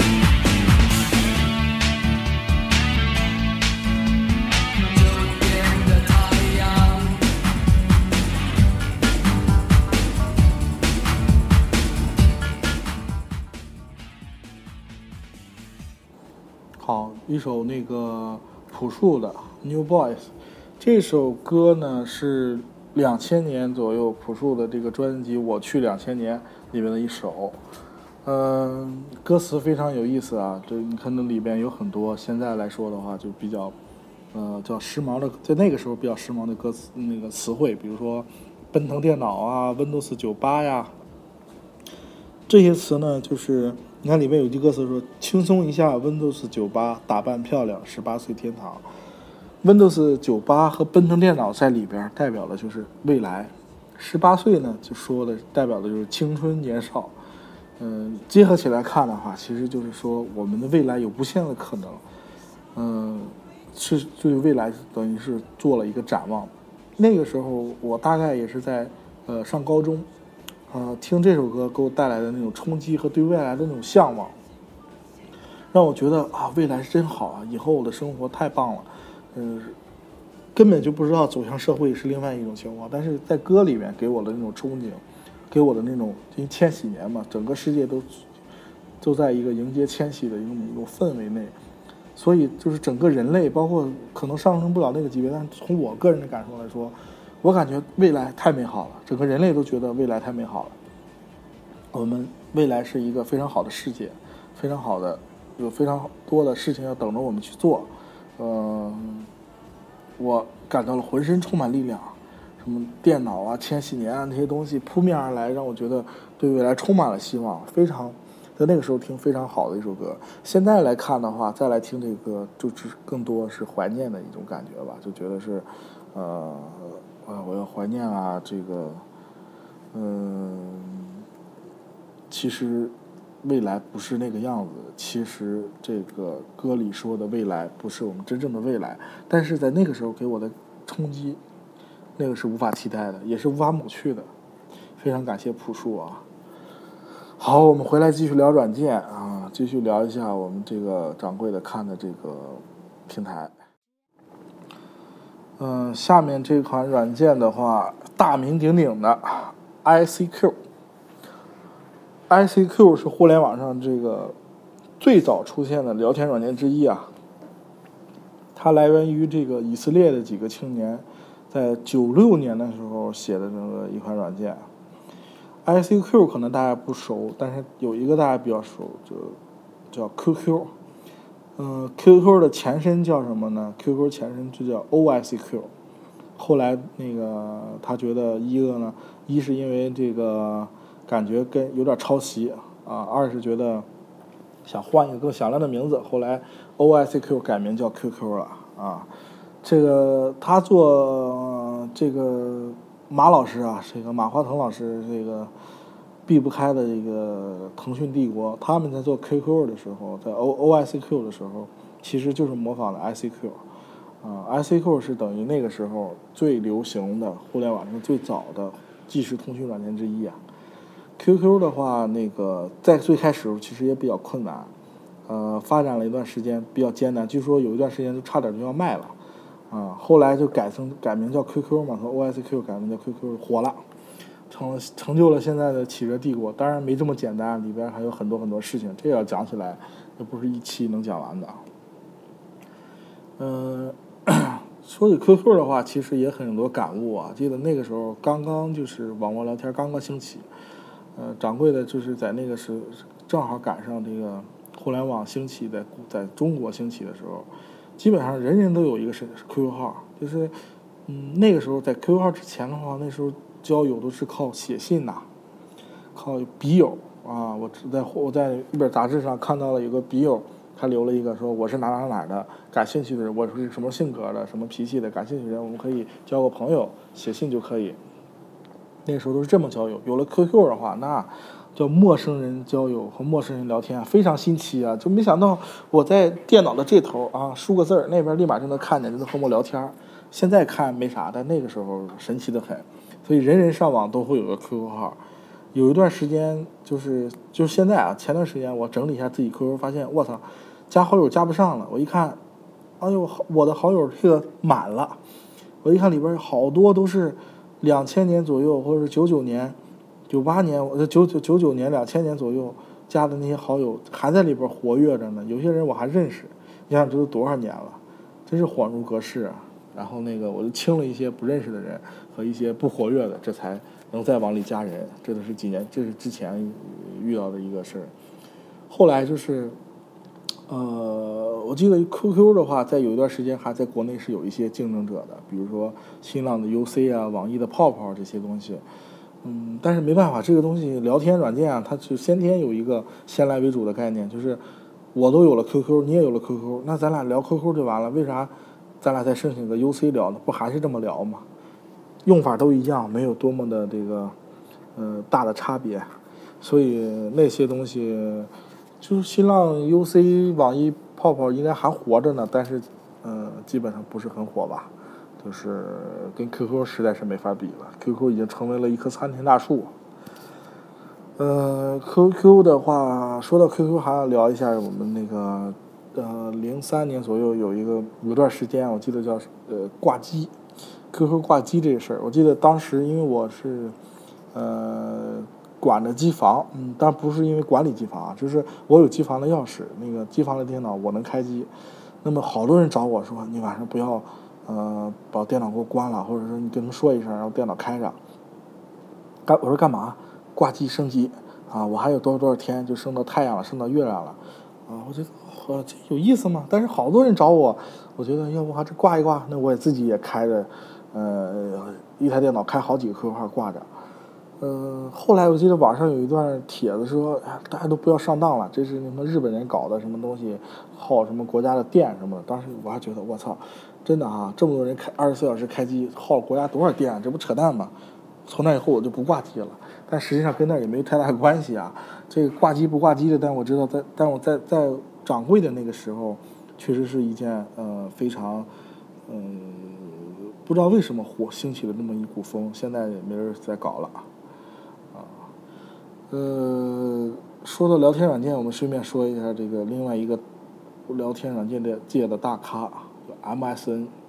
好，一首那个朴树的《New Boys》，这首歌呢是两千年左右朴树的这个专辑《我去两千年》里面的一首。嗯、呃，歌词非常有意思啊，这你看那里边有很多现在来说的话就比较，呃，叫时髦的，在那个时候比较时髦的歌词那个词汇，比如说奔腾电脑啊、Windows 九八呀，这些词呢就是。你看里面有句歌词说：“轻松一下 ，Windows 九八，打扮漂亮，十八岁天堂。” Windows 九八和奔腾电脑在里边代表的就是未来，十八岁呢就说的代表的就是青春年少。嗯、呃，结合起来看的话，其实就是说我们的未来有无限的可能。嗯、呃，是对未来等于是做了一个展望。那个时候我大概也是在呃上高中。呃，听这首歌给我带来的那种冲击和对未来的那种向往，让我觉得啊，未来是真好啊！以后我的生活太棒了，嗯、呃，根本就不知道走向社会是另外一种情况。但是在歌里面给我的那种憧憬，给我的那种，因为千禧年嘛，整个世界都都在一个迎接千禧的一种一种氛围内，所以就是整个人类，包括可能上升不了那个级别，但是从我个人的感受来说。我感觉未来太美好了，整个人类都觉得未来太美好了。我们未来是一个非常好的世界， 非常好的，有非常多的事情要等着我们去做。嗯、呃，我感到了浑身充满力量，什么电脑啊、千禧年啊那些东西扑面而来，让我觉得对未来充满了希望，非常。在那个时候听非常好的一首歌，现在来看的话，再来听这个歌，就是更多是怀念的一种感觉吧，就觉得是，呃，啊，我要怀念啊，这个，嗯、呃，其实未来不是那个样子，其实这个歌里说的未来不是我们真正的未来，但是在那个时候给我的冲击，那个是无法替代的，也是无法抹去的。非常感谢朴树啊。好，我们回来继续聊软件啊，继续聊一下我们这个掌柜的看的这个平台。嗯、呃，下面这款软件的话，大名鼎鼎的 I C Q。I C Q 是互联网上这个最早出现的聊天软件之一啊。它来源于这个以色列的几个青年在九六年的时候写的这个一款软件。I C Q 可能大家不熟，但是有一个大家比较熟，就叫 Q Q。嗯 ，Q Q 的前身叫什么呢 ？Q Q 前身就叫 O I C Q。后来那个他觉得一个呢，一是因为这个感觉跟有点抄袭啊，二是觉得想换一个更响亮的名字，后来 O I C Q 改名叫 Q Q 了啊。这个他做、呃、这个。马老师啊，这个马化腾老师，这个避不开的这个腾讯帝国，他们在做 Q Q 的时候，在 O O I C Q 的时候，其实就是模仿的 I C Q， 啊 ，I C Q 是等于那个时候最流行的互联网上最早的即时通讯软件之一啊。Q Q 的话，那个在最开始其实也比较困难，呃，发展了一段时间比较艰难，据说有一段时间就差点就要卖了。啊，后来就改成改名叫 Q Q 嘛，从 O I C Q 改名叫 Q Q， 火了，成成就了现在的企鹅帝国。当然没这么简单，里边还有很多很多事情，这要讲起来，这不是一期能讲完的。嗯、呃，说起 Q Q 的话，其实也很多感悟啊。记得那个时候刚刚就是网络聊天刚刚兴起，呃，掌柜的就是在那个时候正好赶上这个互联网兴起，在在中国兴起的时候。基本上人人都有一个是 Q Q 号，就是，嗯，那个时候在 Q Q 号之前的话，那时候交友都是靠写信呐、啊，靠笔友啊。我在我在一本杂志上看到了有个笔友，他留了一个说我是哪哪哪的，感兴趣的人，我是什么性格的，什么脾气的，感兴趣的人我们可以交个朋友，写信就可以。那个时候都是这么交友，有了 Q Q 的话，那。叫陌生人交友和陌生人聊天啊，非常新奇啊！就没想到我在电脑的这头啊，输个字儿，那边立马就能看见，就能和我聊天。现在看没啥，但那个时候神奇的很，所以人人上网都会有个 Q Q 号。有一段时间就是就是现在啊，前段时间我整理一下自己 Q Q， 发现我操，加好友加不上了。我一看，哎呦，我的好友这个满了。我一看里边好多都是两千年左右，或者是九九年。九八年，我九九九九年、两千年左右加的那些好友还在里边活跃着呢。有些人我还认识，你想这都多少年了，真是恍如隔世啊。然后那个我就清了一些不认识的人和一些不活跃的，这才能再往里加人。这都是几年，这是之前遇到的一个事儿。后来就是，呃，我记得 Q Q 的话，在有一段时间还在国内是有一些竞争者的，比如说新浪的 U C 啊、网易的泡泡这些东西。嗯，但是没办法，这个东西聊天软件啊，它是先天有一个先来为主的概念，就是我都有了 Q Q， 你也有了 Q Q， 那咱俩聊 Q Q 就完了，为啥咱俩再申请个 U C 聊呢？不还是这么聊吗？用法都一样，没有多么的这个呃大的差别，所以那些东西就是新浪 U C、网易泡泡应该还活着呢，但是呃基本上不是很火吧。就是跟 Q Q 实在是没法比了 ，Q Q 已经成为了一棵参天大树。呃 ，Q Q 的话，说到 Q Q 还要聊一下我们那个，呃，零三年左右有一个有段时间，我记得叫呃挂机 ，Q Q 挂机这个事儿，我记得当时因为我是呃管着机房，嗯，但不是因为管理机房，就是我有机房的钥匙，那个机房的电脑我能开机，那么好多人找我说你晚上不要。呃，把电脑给我关了，或者说你跟他们说一声，然后电脑开着。干我说干嘛？挂机升级啊，我还有多少多少天就升到太阳了，升到月亮了，啊，我觉得呃这有意思吗？但是好多人找我，我觉得要不还是挂一挂，那我也自己也开着，呃，一台电脑开好几个 Q Q 号挂着。呃，后来我记得网上有一段帖子说，哎，大家都不要上当了，这是什么日本人搞的什么东西，耗什么国家的电什么的。当时我还觉得我操，真的啊，这么多人开二十四小时开机，耗国家多少电，这不扯淡吗？从那以后我就不挂机了，但实际上跟那也没太大关系啊。这个挂机不挂机的，但我知道在，但我在在掌柜的那个时候，确实是一件呃非常嗯、呃、不知道为什么火兴起了那么一股风，现在也没人再搞了啊。呃，说到聊天软件，我们顺便说一下这个另外一个聊天软件的界的大咖 M S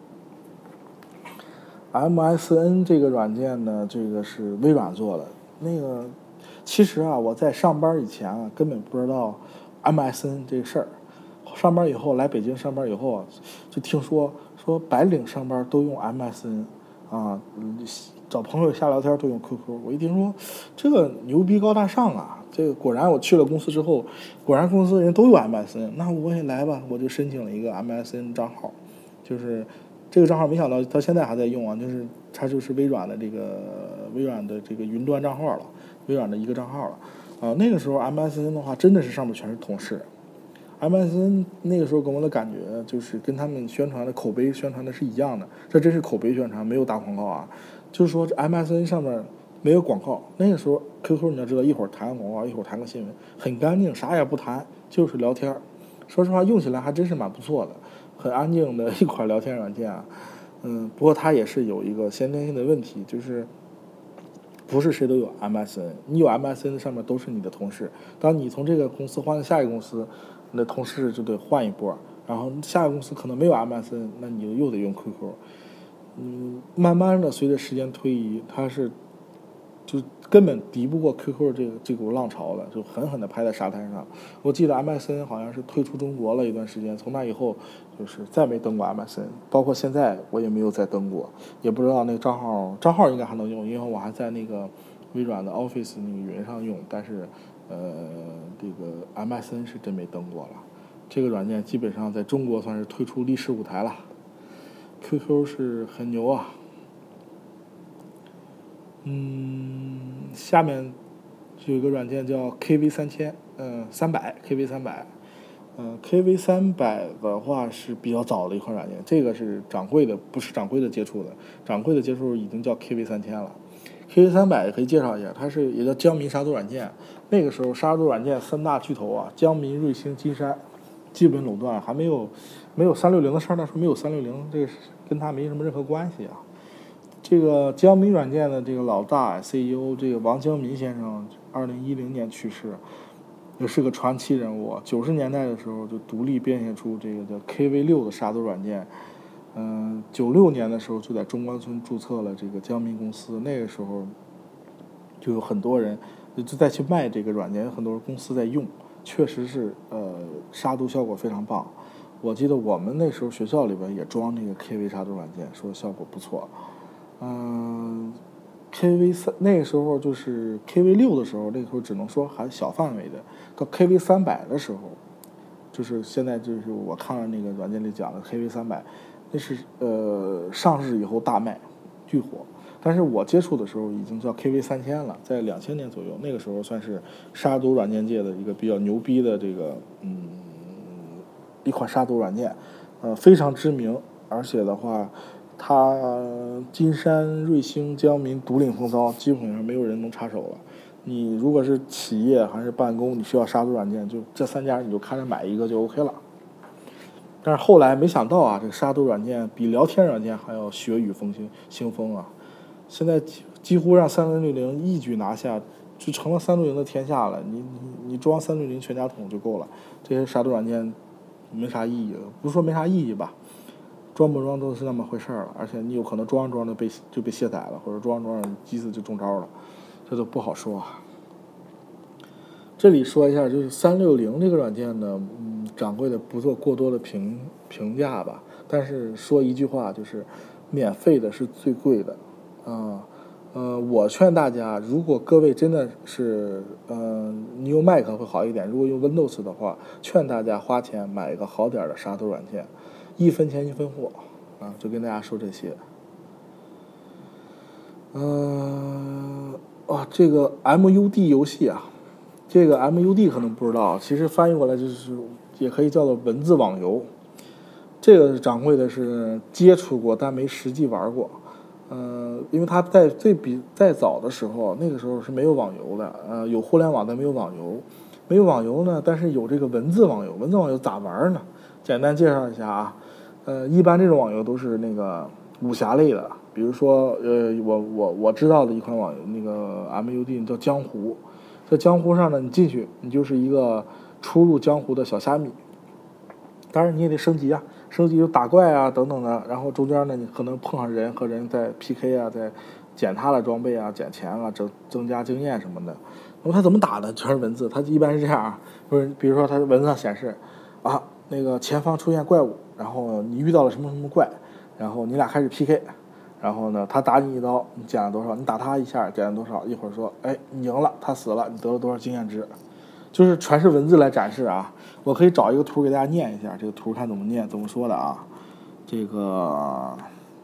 N。M S N 这个软件呢，这个是微软做的。那个其实啊，我在上班以前啊，根本不知道 M S N 这个事儿。上班以后来北京上班以后啊，就听说说白领上班都用 M S N 啊，找朋友瞎聊天都用 Q Q。我一听说这个牛逼高大上啊，这个果然我去了公司之后，果然公司人都有 M S N， 那我也来吧，我就申请了一个 M S N 账号，就是这个账号没想到到现在还在用啊，就是它就是微软的这个微软的这个云端账号了，微软的一个账号了啊。那个时候 M S N 的话，真的是上面全是同事。M S N 那个时候给我的感觉就是跟他们宣传的口碑宣传的是一样的，这真是口碑宣传，没有打广告啊。就是说 M S N 上面没有广告，那个时候 Q Q 你要知道，一会儿谈个广告，一会儿谈个新闻，很干净，啥也不谈，就是聊天。说实话，用起来还真是蛮不错的，很安静的一款聊天软件啊。嗯，不过它也是有一个先天性的问题，就是不是谁都有 M S N， 你有 M S N 上面都是你的同事，当你从这个公司换到下一个公司，你的同事就得换一波，然后下一个公司可能没有 M S N， 那你就又得用 Q Q。嗯，慢慢的随着时间推移，它是就根本敌不过 Q Q 这个这股浪潮了，就狠狠的拍在沙滩上。我记得 M S N 好像是退出中国了一段时间，从那以后就是再没登过 M S N， 包括现在我也没有再登过，也不知道那个账号账号应该还能用，因为我还在那个微软的 Office 那个云上用，但是呃这个 M S N 是真没登过了。这个软件基本上在中国算是退出历史舞台了。Q Q 是很牛啊。嗯，下面有一个软件叫 K V 三千，嗯，三百 K V 三百，嗯 ，K V 三百的话是比较早的一款软件，这个是掌柜的，不是掌柜的接触的，掌柜的接触已经叫 K V 三千了。K V 三百可以介绍一下，它是也叫江民杀毒软件。那个时候杀毒软件三大巨头啊，江民、瑞星、金山，基本垄断，还没有没有三六零的事儿。那时候没有三六零，这个跟它没什么任何关系啊。这个江民软件的这个老大 C E O 这个王江民先生，二零一零年去世，也是个传奇人物。九十年代的时候就独立变现出这个叫 K V 六的杀毒软件。嗯，九六年的时候就在中关村注册了这个江民公司。那个时候就有很多人就在去卖这个软件，有很多公司在用，确实是呃杀毒效果非常棒。我记得我们那时候学校里边也装那个 K V 杀毒软件，说效果不错。嗯 ，K V 三那个时候就是 K V 六的时候，那个时候只能说还小范围的。到 K V 三百的时候，就是现在就是我看了那个软件里讲的 K V 三百，那是呃上市以后大卖，巨火。但是我接触的时候已经叫 K V 三千了，在两千年左右，那个时候算是杀毒软件界的一个比较牛逼的这个嗯一款杀毒软件，呃非常知名，而且的话。他金山、瑞星、江民独领风骚，基本上没有人能插手了。你如果是企业还是办公，你需要杀毒软件，就这三家你就看着买一个就 OK 了。但是后来没想到啊，这个杀毒软件比聊天软件还要血雨风行腥风啊！现在几乎让三六零一举拿下，就成了三六零的天下了。你你你装三六零全家桶就够了，这些杀毒软件没啥意义，不是说没啥意义吧？装不装都是那么回事了，而且你有可能装着装着被就被卸载了，或者装着装着机子就中招了，这都不好说啊。这里说一下，就是三六零这个软件呢，嗯，掌柜的不做过多的评评价吧，但是说一句话，就是免费的是最贵的啊。 呃，我劝大家，如果各位真的是，呃，你用 Mac 会好一点，如果用 Windows 的话，劝大家花钱买一个好点的杀毒软件，一分钱一分货啊，就跟大家说这些。嗯、呃，啊，这个 M U D 游戏啊，这个 M U D 可能不知道，其实翻译过来就是也可以叫做文字网游。这个掌柜的是接触过，但没实际玩过。呃，因为他在最比再早的时候，那个时候是没有网游的，呃，有互联网但没有网游，没有网游呢，但是有这个文字网游。文字网游咋玩呢？简单介绍一下啊，呃，一般这种网游都是那个武侠类的，比如说，呃，我我我知道的一款网游，那个 M U D 叫江湖，在江湖上呢，你进去，你就是一个初入江湖的小虾米，当然你也得升级啊。升级就打怪啊等等的，然后中间呢你可能碰上人和人在 P K 啊，在捡他的装备啊、捡钱啊、增增加经验什么的。那么他怎么打呢？全是文字，他一般是这样啊，就是比如说他文字上显示啊，那个前方出现怪物，然后你遇到了什么什么怪，然后你俩开始 P K， 然后呢他打你一刀，你减了多少？你打他一下减了多少？一会儿说，哎，你赢了，他死了，你得了多少经验值？就是全是文字来展示啊，我可以找一个图给大家念一下，这个图看怎么念怎么说的啊。这个，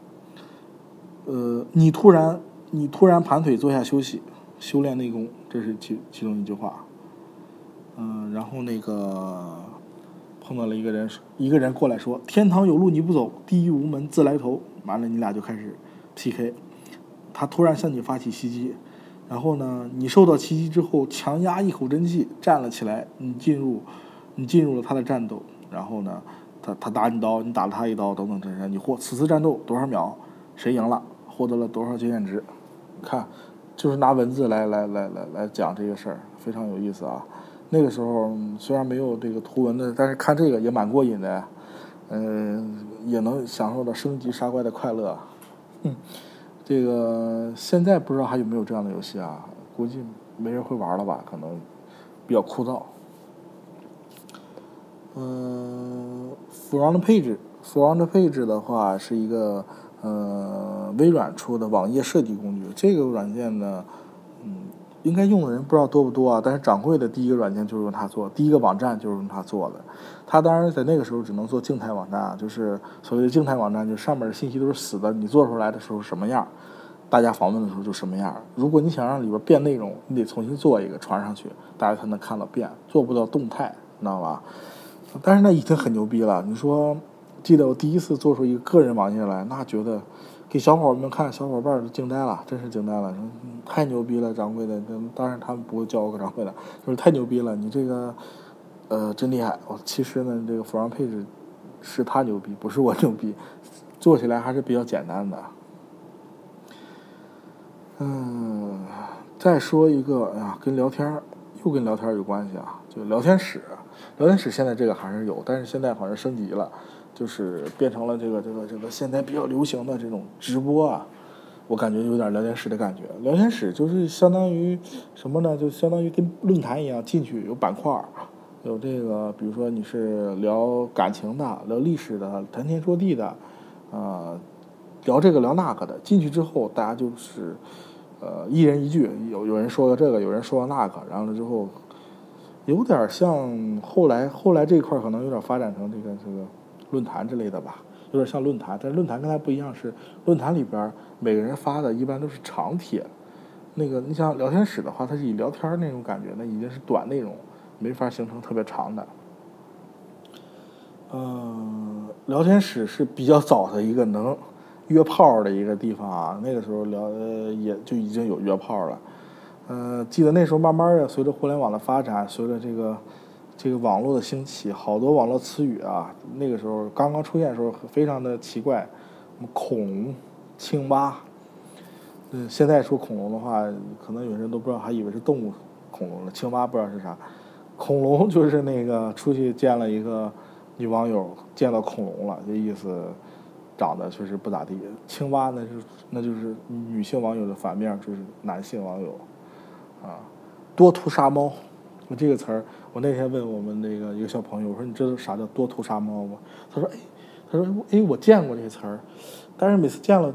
呃，你突然你突然盘腿坐下休息，修炼内功，这是其其中一句话。嗯、呃，然后那个碰到了一个人，一个人过来说：“天堂有路你不走，地狱无门自来投。”完了，你俩就开始 P K。他突然向你发起袭击。然后呢，你受到袭击之后，强压一口真气，站了起来。你进入，你进入了他的战斗。然后呢，他他打你刀，你打了他一刀，等等这些。你获此次战斗多少秒，谁赢了，获得了多少经验值？你看，就是拿文字来来来来来讲这个事儿，非常有意思啊。那个时候虽然没有这个图文的，但是看这个也蛮过瘾的，嗯、呃，也能享受到升级杀怪的快乐。嗯。这个现在不知道还有没有这样的游戏啊？估计没人会玩了吧？可能比较枯燥。嗯 ，Front Page，Front Page 的话是一个呃微软出的网页设计工具。这个软件呢，嗯，应该用的人不知道多不多啊。但是掌柜的第一个软件就是用它做，第一个网站就是用它做的。它当然在那个时候只能做静态网站啊，就是所谓的静态网站，就上面的信息都是死的，你做出来的时候什么样，大家访问的时候就什么样。如果你想让里边变内容，你得重新做一个传上去，大家才能看到变，做不到动态，知道吧？但是那已经很牛逼了。你说，记得我第一次做出一个个人网页来，那觉得给小伙伴们看，小伙伴都惊呆了，真是惊呆了，太牛逼了，掌柜的。当然他们不会叫我掌柜的，就是太牛逼了，你这个。呃，真厉害！我其实呢，这个Front Page是他牛逼，不是我牛逼，做起来还是比较简单的。嗯，再说一个啊，跟聊天又跟聊天有关系啊，就聊天室。聊天室现在这个还是有，但是现在好像升级了，就是变成了这个这个这个现在比较流行的这种直播啊。我感觉有点聊天室的感觉。聊天室就是相当于什么呢？就相当于跟论坛一样，进去有板块。有这个，比如说你是聊感情的、聊历史的、谈天说地的，呃，聊这个聊那个的。进去之后，大家就是，呃，一人一句，有有人说个这个，有人说个那个，然后了之后，有点像后来后来这一块可能有点发展成这个这个论坛之类的吧，有点像论坛。但是论坛跟它不一样，是论坛里边每个人发的一般都是长帖，那个你像聊天室的话，它是以聊天那种感觉，那已经是短内容。没法形成特别长的。嗯、呃，聊天室是比较早的一个能约炮的一个地方啊。那个时候聊呃也就已经有约炮了。呃，记得那时候慢慢的随着互联网的发展，随着这个这个网络的兴起，好多网络词语啊，那个时候刚刚出现的时候非常的奇怪，什么恐龙、青蛙。嗯，现在说恐龙的话，可能有人都不知道，还以为是动物恐龙了。青蛙不知道是啥。恐龙就是那个出去见了一个女网友，见到恐龙了，这意思长得确实不咋地。青蛙呢是那就是女性网友的反面，就是男性网友啊。多图杀猫，这个词儿，我那天问我们那个一个小朋友，我说你知道啥叫多图杀猫吗？他说哎，他说哎我见过这个词儿，但是每次见了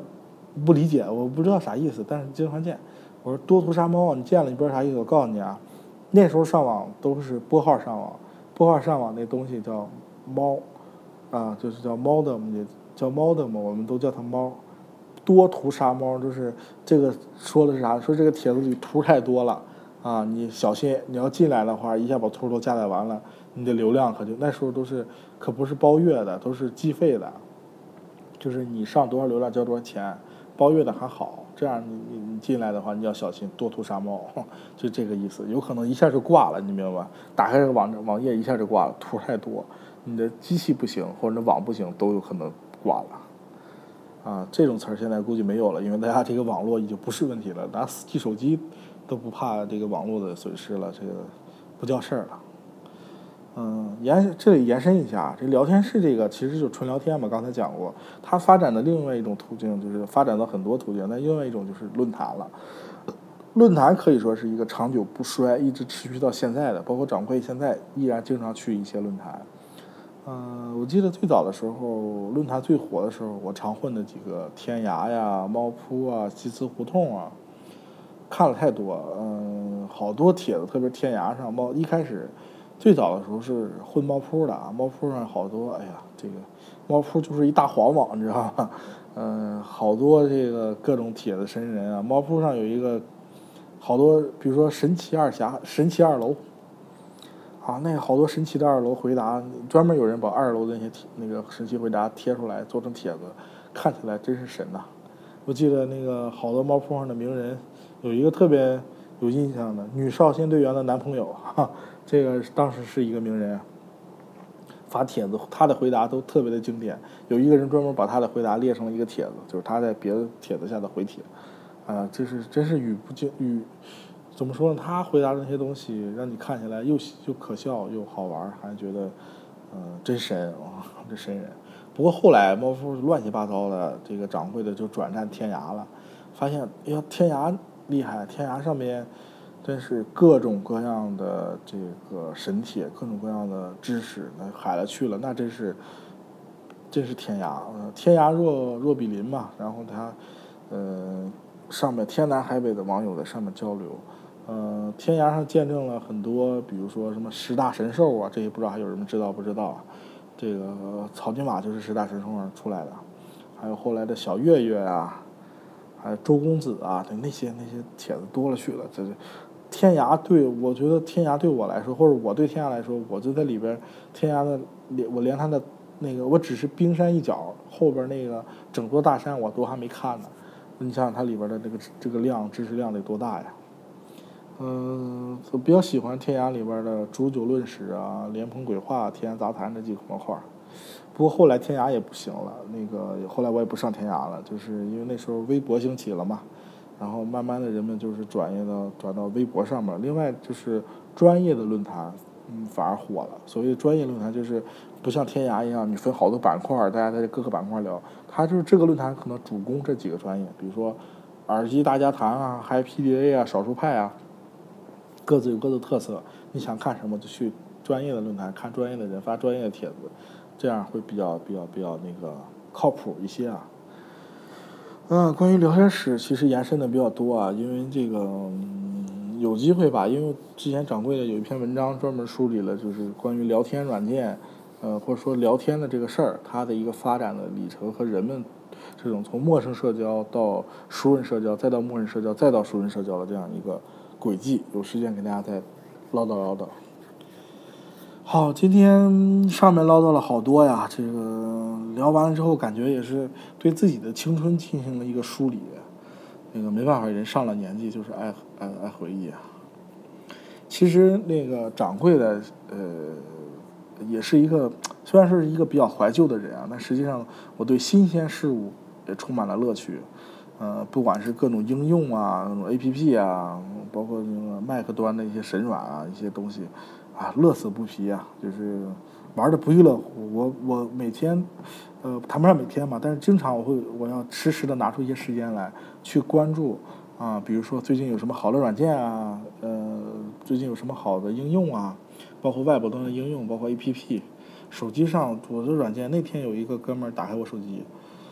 不理解，我不知道啥意思，但是经常见。我说多图杀猫，你见了你不知道啥意思？我告诉你啊，那时候上网都是拨号上网，拨号上网那东西叫猫，啊，就是叫猫的，也叫猫的嘛，我们都叫它猫。多图杀猫就是这个说的是啥？说这个帖子里图太多了啊，你小心，你要进来的话，一下把图都加载完了，你的流量可就那时候都是可不是包月的，都是计费的，就是你上多少流量交多少钱，包月的还好。这样你你你进来的话，你要小心多图杀猫，就这个意思，有可能一下就挂了，你明白吧？打开这个网网页一下就挂了，图太多，你的机器不行或者网不行都有可能挂了。啊，这种词儿现在估计没有了，因为大家这个网络已经不是问题了，拿四 G 手机都不怕这个网络的损失了，这个不叫事儿了。嗯，延这里延伸一下，这聊天室这个其实就纯聊天嘛，刚才讲过，它发展的另外一种途径就是发展到很多途径，那另外一种就是论坛了。论坛可以说是一个长久不衰，一直持续到现在的，包括掌柜现在依然经常去一些论坛。嗯、呃，我记得最早的时候，论坛最火的时候，我常混的几个天涯呀、猫扑啊、西祠胡同啊，看了太多，嗯、呃，好多帖子，特别天涯上猫，一开始最早的时候是混猫扑的啊，猫扑上好多，哎呀，这个猫扑就是一大黄网，你知道吗？嗯、呃，好多这个各种帖子神人啊，猫扑上有一个好多，比如说神奇二侠、神奇二楼。啊，那个好多神奇的二楼回答，专门有人把二楼的那些那个神奇回答贴出来做成帖子，看起来真是神呐！我记得那个好多猫扑上的名人，有一个特别有印象的女少先队员的男朋友，哈，这个当时是一个名人，发帖子，他的回答都特别的经典。有一个人专门把他的回答列成了一个帖子，就是他在别的帖子下的回帖，啊，这是真是语不惊语。怎么说呢？他回答的那些东西，让你看起来又又可笑又好玩，还觉得，嗯、呃，真神啊，这神人。不过后来猫扑乱七八糟的，这个掌柜的就转战天涯了，发现哎呀，天涯厉害，天涯上面真是各种各样的这个神帖，各种各样的知识，那海了去了，那真是真是天涯，呃，天涯若若比邻嘛。然后他，呃，上面天南海北的网友在上面交流。呃，天涯上见证了很多，比如说什么十大神兽啊，这些不知道还有人们知道不知道啊？这个草泥马就是十大神兽上出来的，还有后来的小岳岳啊，还有周公子啊，对那些那些帖子多了去了。这是天涯对我觉得天涯对我来说，或者我对天涯来说，我就在里边天涯的，我连他的那个我只是冰山一角，后边那个整座大山我都还没看呢。你想想它里边的这个这个量知识量得多大呀？嗯，我比较喜欢天涯里边的煮酒论史啊、莲蓬鬼话、天涯杂谈这几个模块。不过后来天涯也不行了，那个后来我也不上天涯了，就是因为那时候微博兴起了嘛，然后慢慢的人们就是转业到转到微博上面。另外就是专业的论坛，嗯，反而火了。所谓的专业论坛就是不像天涯一样，你分好多板块，大家在各个板块聊，它就是这个论坛可能主攻这几个专业，比如说耳机大家谈啊，还有 P D A 啊、少数派啊。各自有各自的特色，你想看什么就去专业的论坛看专业的人发专业的帖子，这样会比较比较比较那个靠谱一些啊。嗯，关于聊天室其实延伸的比较多啊，因为这个、嗯、有机会吧，因为之前掌柜的有一篇文章专门梳理了，就是关于聊天软件，呃或者说聊天的这个事儿，它的一个发展的里程和人们这种从陌生社交到熟人社交，再到陌生社交，再到熟人社交的这样一个轨迹，有时间给大家再唠叨唠叨。好，今天上面唠叨了好多呀，这个聊完了之后，感觉也是对自己的青春进行了一个梳理。那个没办法，人上了年纪就是爱爱爱回忆啊。其实那个掌柜的，呃，也是一个虽然是一个比较怀旧的人啊，但实际上我对新鲜事物也充满了乐趣。呃，不管是各种应用啊，各种 A P P 啊，包括那个 Mac 端的一些神软啊，一些东西，啊，乐此不疲啊，就是玩的不亦乐乎。我我每天，呃，谈不上每天吧，但是经常我会我要实时的拿出一些时间来去关注啊，比如说最近有什么好的软件啊，呃，最近有什么好的应用啊，包括外部端的应用，包括 A P P， 手机上我的软件。那天有一个哥们儿打开我手机。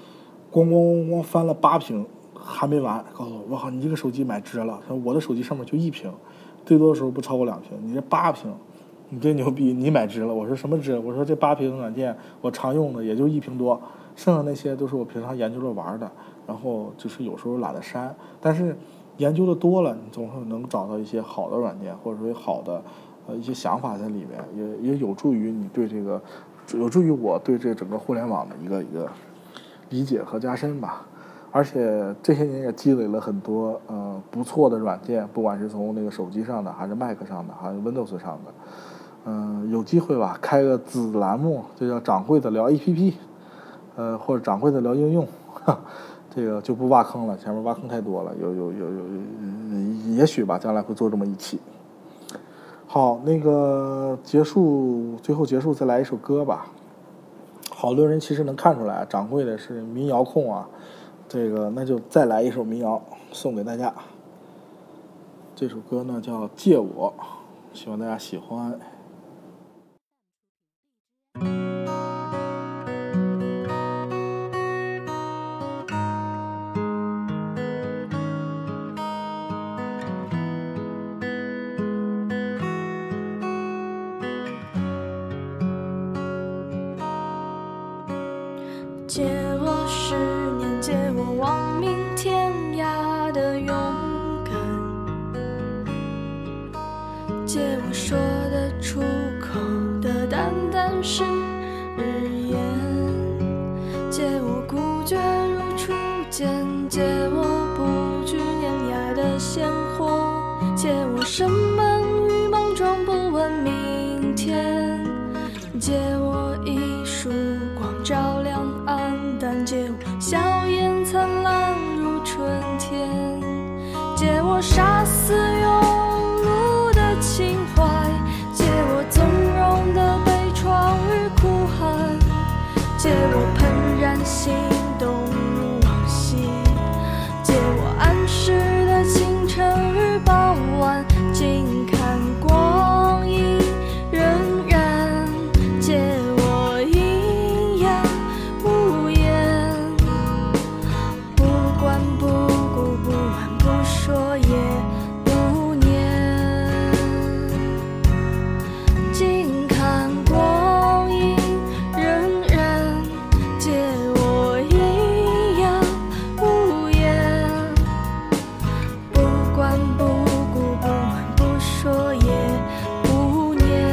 咣咣咣咣翻了八屏还没完，告诉我我靠你这个手机买值了，我的手机上面就一屏，最多的时候不超过两屏，你这八屏你这牛逼，你买值了。我说什么值？我说这八屏软件我常用的也就一屏多，剩下那些都是我平常研究着玩的，然后就是有时候懒得删，但是研究的多了，你总是能找到一些好的软件，或者说好的呃一些想法在里面，也也有助于你对这个，有助于我对这整个互联网的一个一个理解和加深吧。而且这些年也积累了很多呃不错的软件，不管是从那个手机上的，还是 Mac 上的，还是 Windows 上的。嗯、呃，有机会吧，开个子栏目，就叫掌柜的聊 A P P， 呃，或者掌柜的聊应用，哈，这个就不挖坑了，前面挖坑太多了，有有有有，也许吧，将来会做这么一期。好，那个结束，最后结束再来一首歌吧。好多人其实能看出来，掌柜的是民谣控啊，这个那就再来一首民谣送给大家。这首歌呢叫《借我》，希望大家喜欢。 借我十年，借我亡命天涯的勇敢，借我说得出口的淡淡誓言，借我孤绝如初见，借我不惧碾压的鲜活，借我生猛与莽撞，不问明天，借我一束光照亮暗淡，借我笑颜灿烂如春天，借我杀死庸碌的情怀，借我纵容的悲怆与哭喊，借我怦然心动如往昔，借我安适的清晨与傍晚，静看光阴荏苒，借我阴阳无言，不管不顾，不问不说也不念，静看光阴荏苒，借我阴阳无言，不管不顾，不问不说也不念。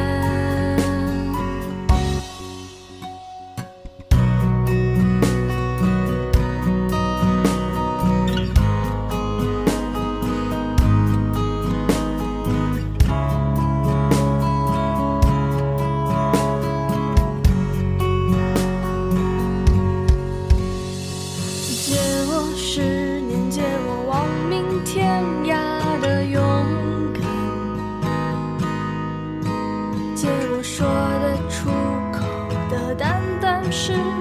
借我十年，借我亡命天涯的勇敢，借我说得出口的淡淡誓